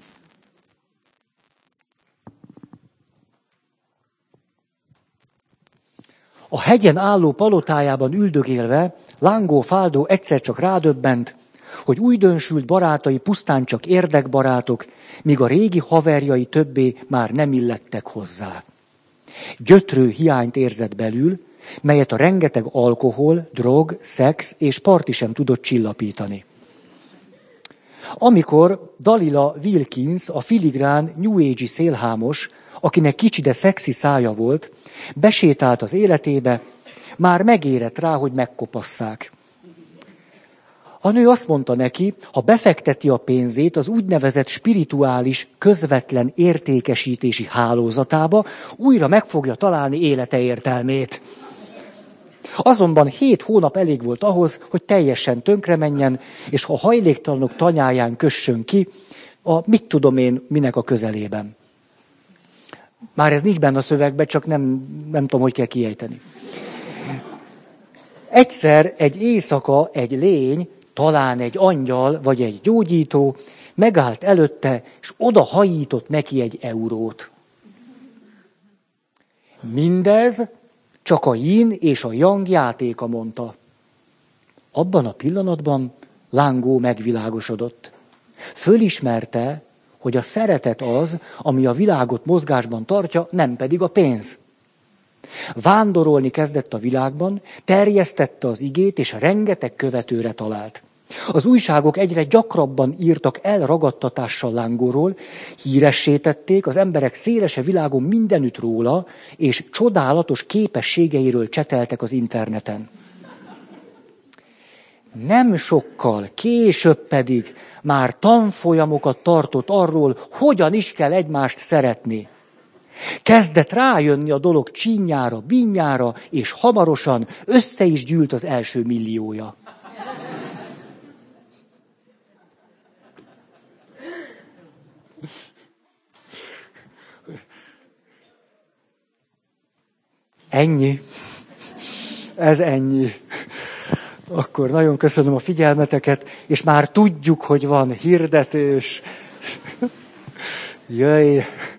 A hegyen álló palotájában üldögélve, lángó-fáldó egyszer csak rádöbbent, hogy újdonsült barátai pusztán csak érdekbarátok, míg a régi haverjai többé már nem illettek hozzá. Gyötrő hiányt érzett belül, melyet a rengeteg alkohol, drog, szex és parti sem tudott csillapítani. Amikor Dalila Wilkins, a filigrán New Age-i szélhámos, akinek kicsi, de szexi szája volt, besétált az életébe, már megérett rá, hogy megkopasszák. A nő azt mondta neki, ha befekteti a pénzét az úgynevezett spirituális, közvetlen értékesítési hálózatába, újra meg fogja találni élete értelmét. Azonban hét hónap elég volt ahhoz, hogy teljesen tönkre menjen, és a hajléktalanok tanyáján kössön ki, a mit tudom én, minek a közelében. Már ez nincs benne a szövegben, csak nem, nem tudom, hogy kell kiejteni. Egyszer egy éjszaka egy lény, talán egy angyal, vagy egy gyógyító, megállt előtte, és oda hajított neki egy eurót. Mindez csak a yin és a yang játéka, mondta. Abban a pillanatban Lángó megvilágosodott. Fölismerte, hogy a szeretet az, ami a világot mozgásban tartja, nem pedig a pénz. Vándorolni kezdett a világban, terjesztette az igét, és rengeteg követőre talált. Az újságok egyre gyakrabban írtak elragadtatással Lángóról, híressé tették, az emberek szélese világon mindenütt róla, és csodálatos képességeiről cseteltek az interneten. Nem sokkal később pedig már tanfolyamokat tartott arról, hogyan is kell egymást szeretni. Kezdett rájönni a dolog csínjára, bínjára, és hamarosan össze is gyűlt az első milliója. Ennyi. Ez ennyi. Akkor nagyon köszönöm a figyelmeteket, és már tudjuk, hogy van hirdetés. Jöjj!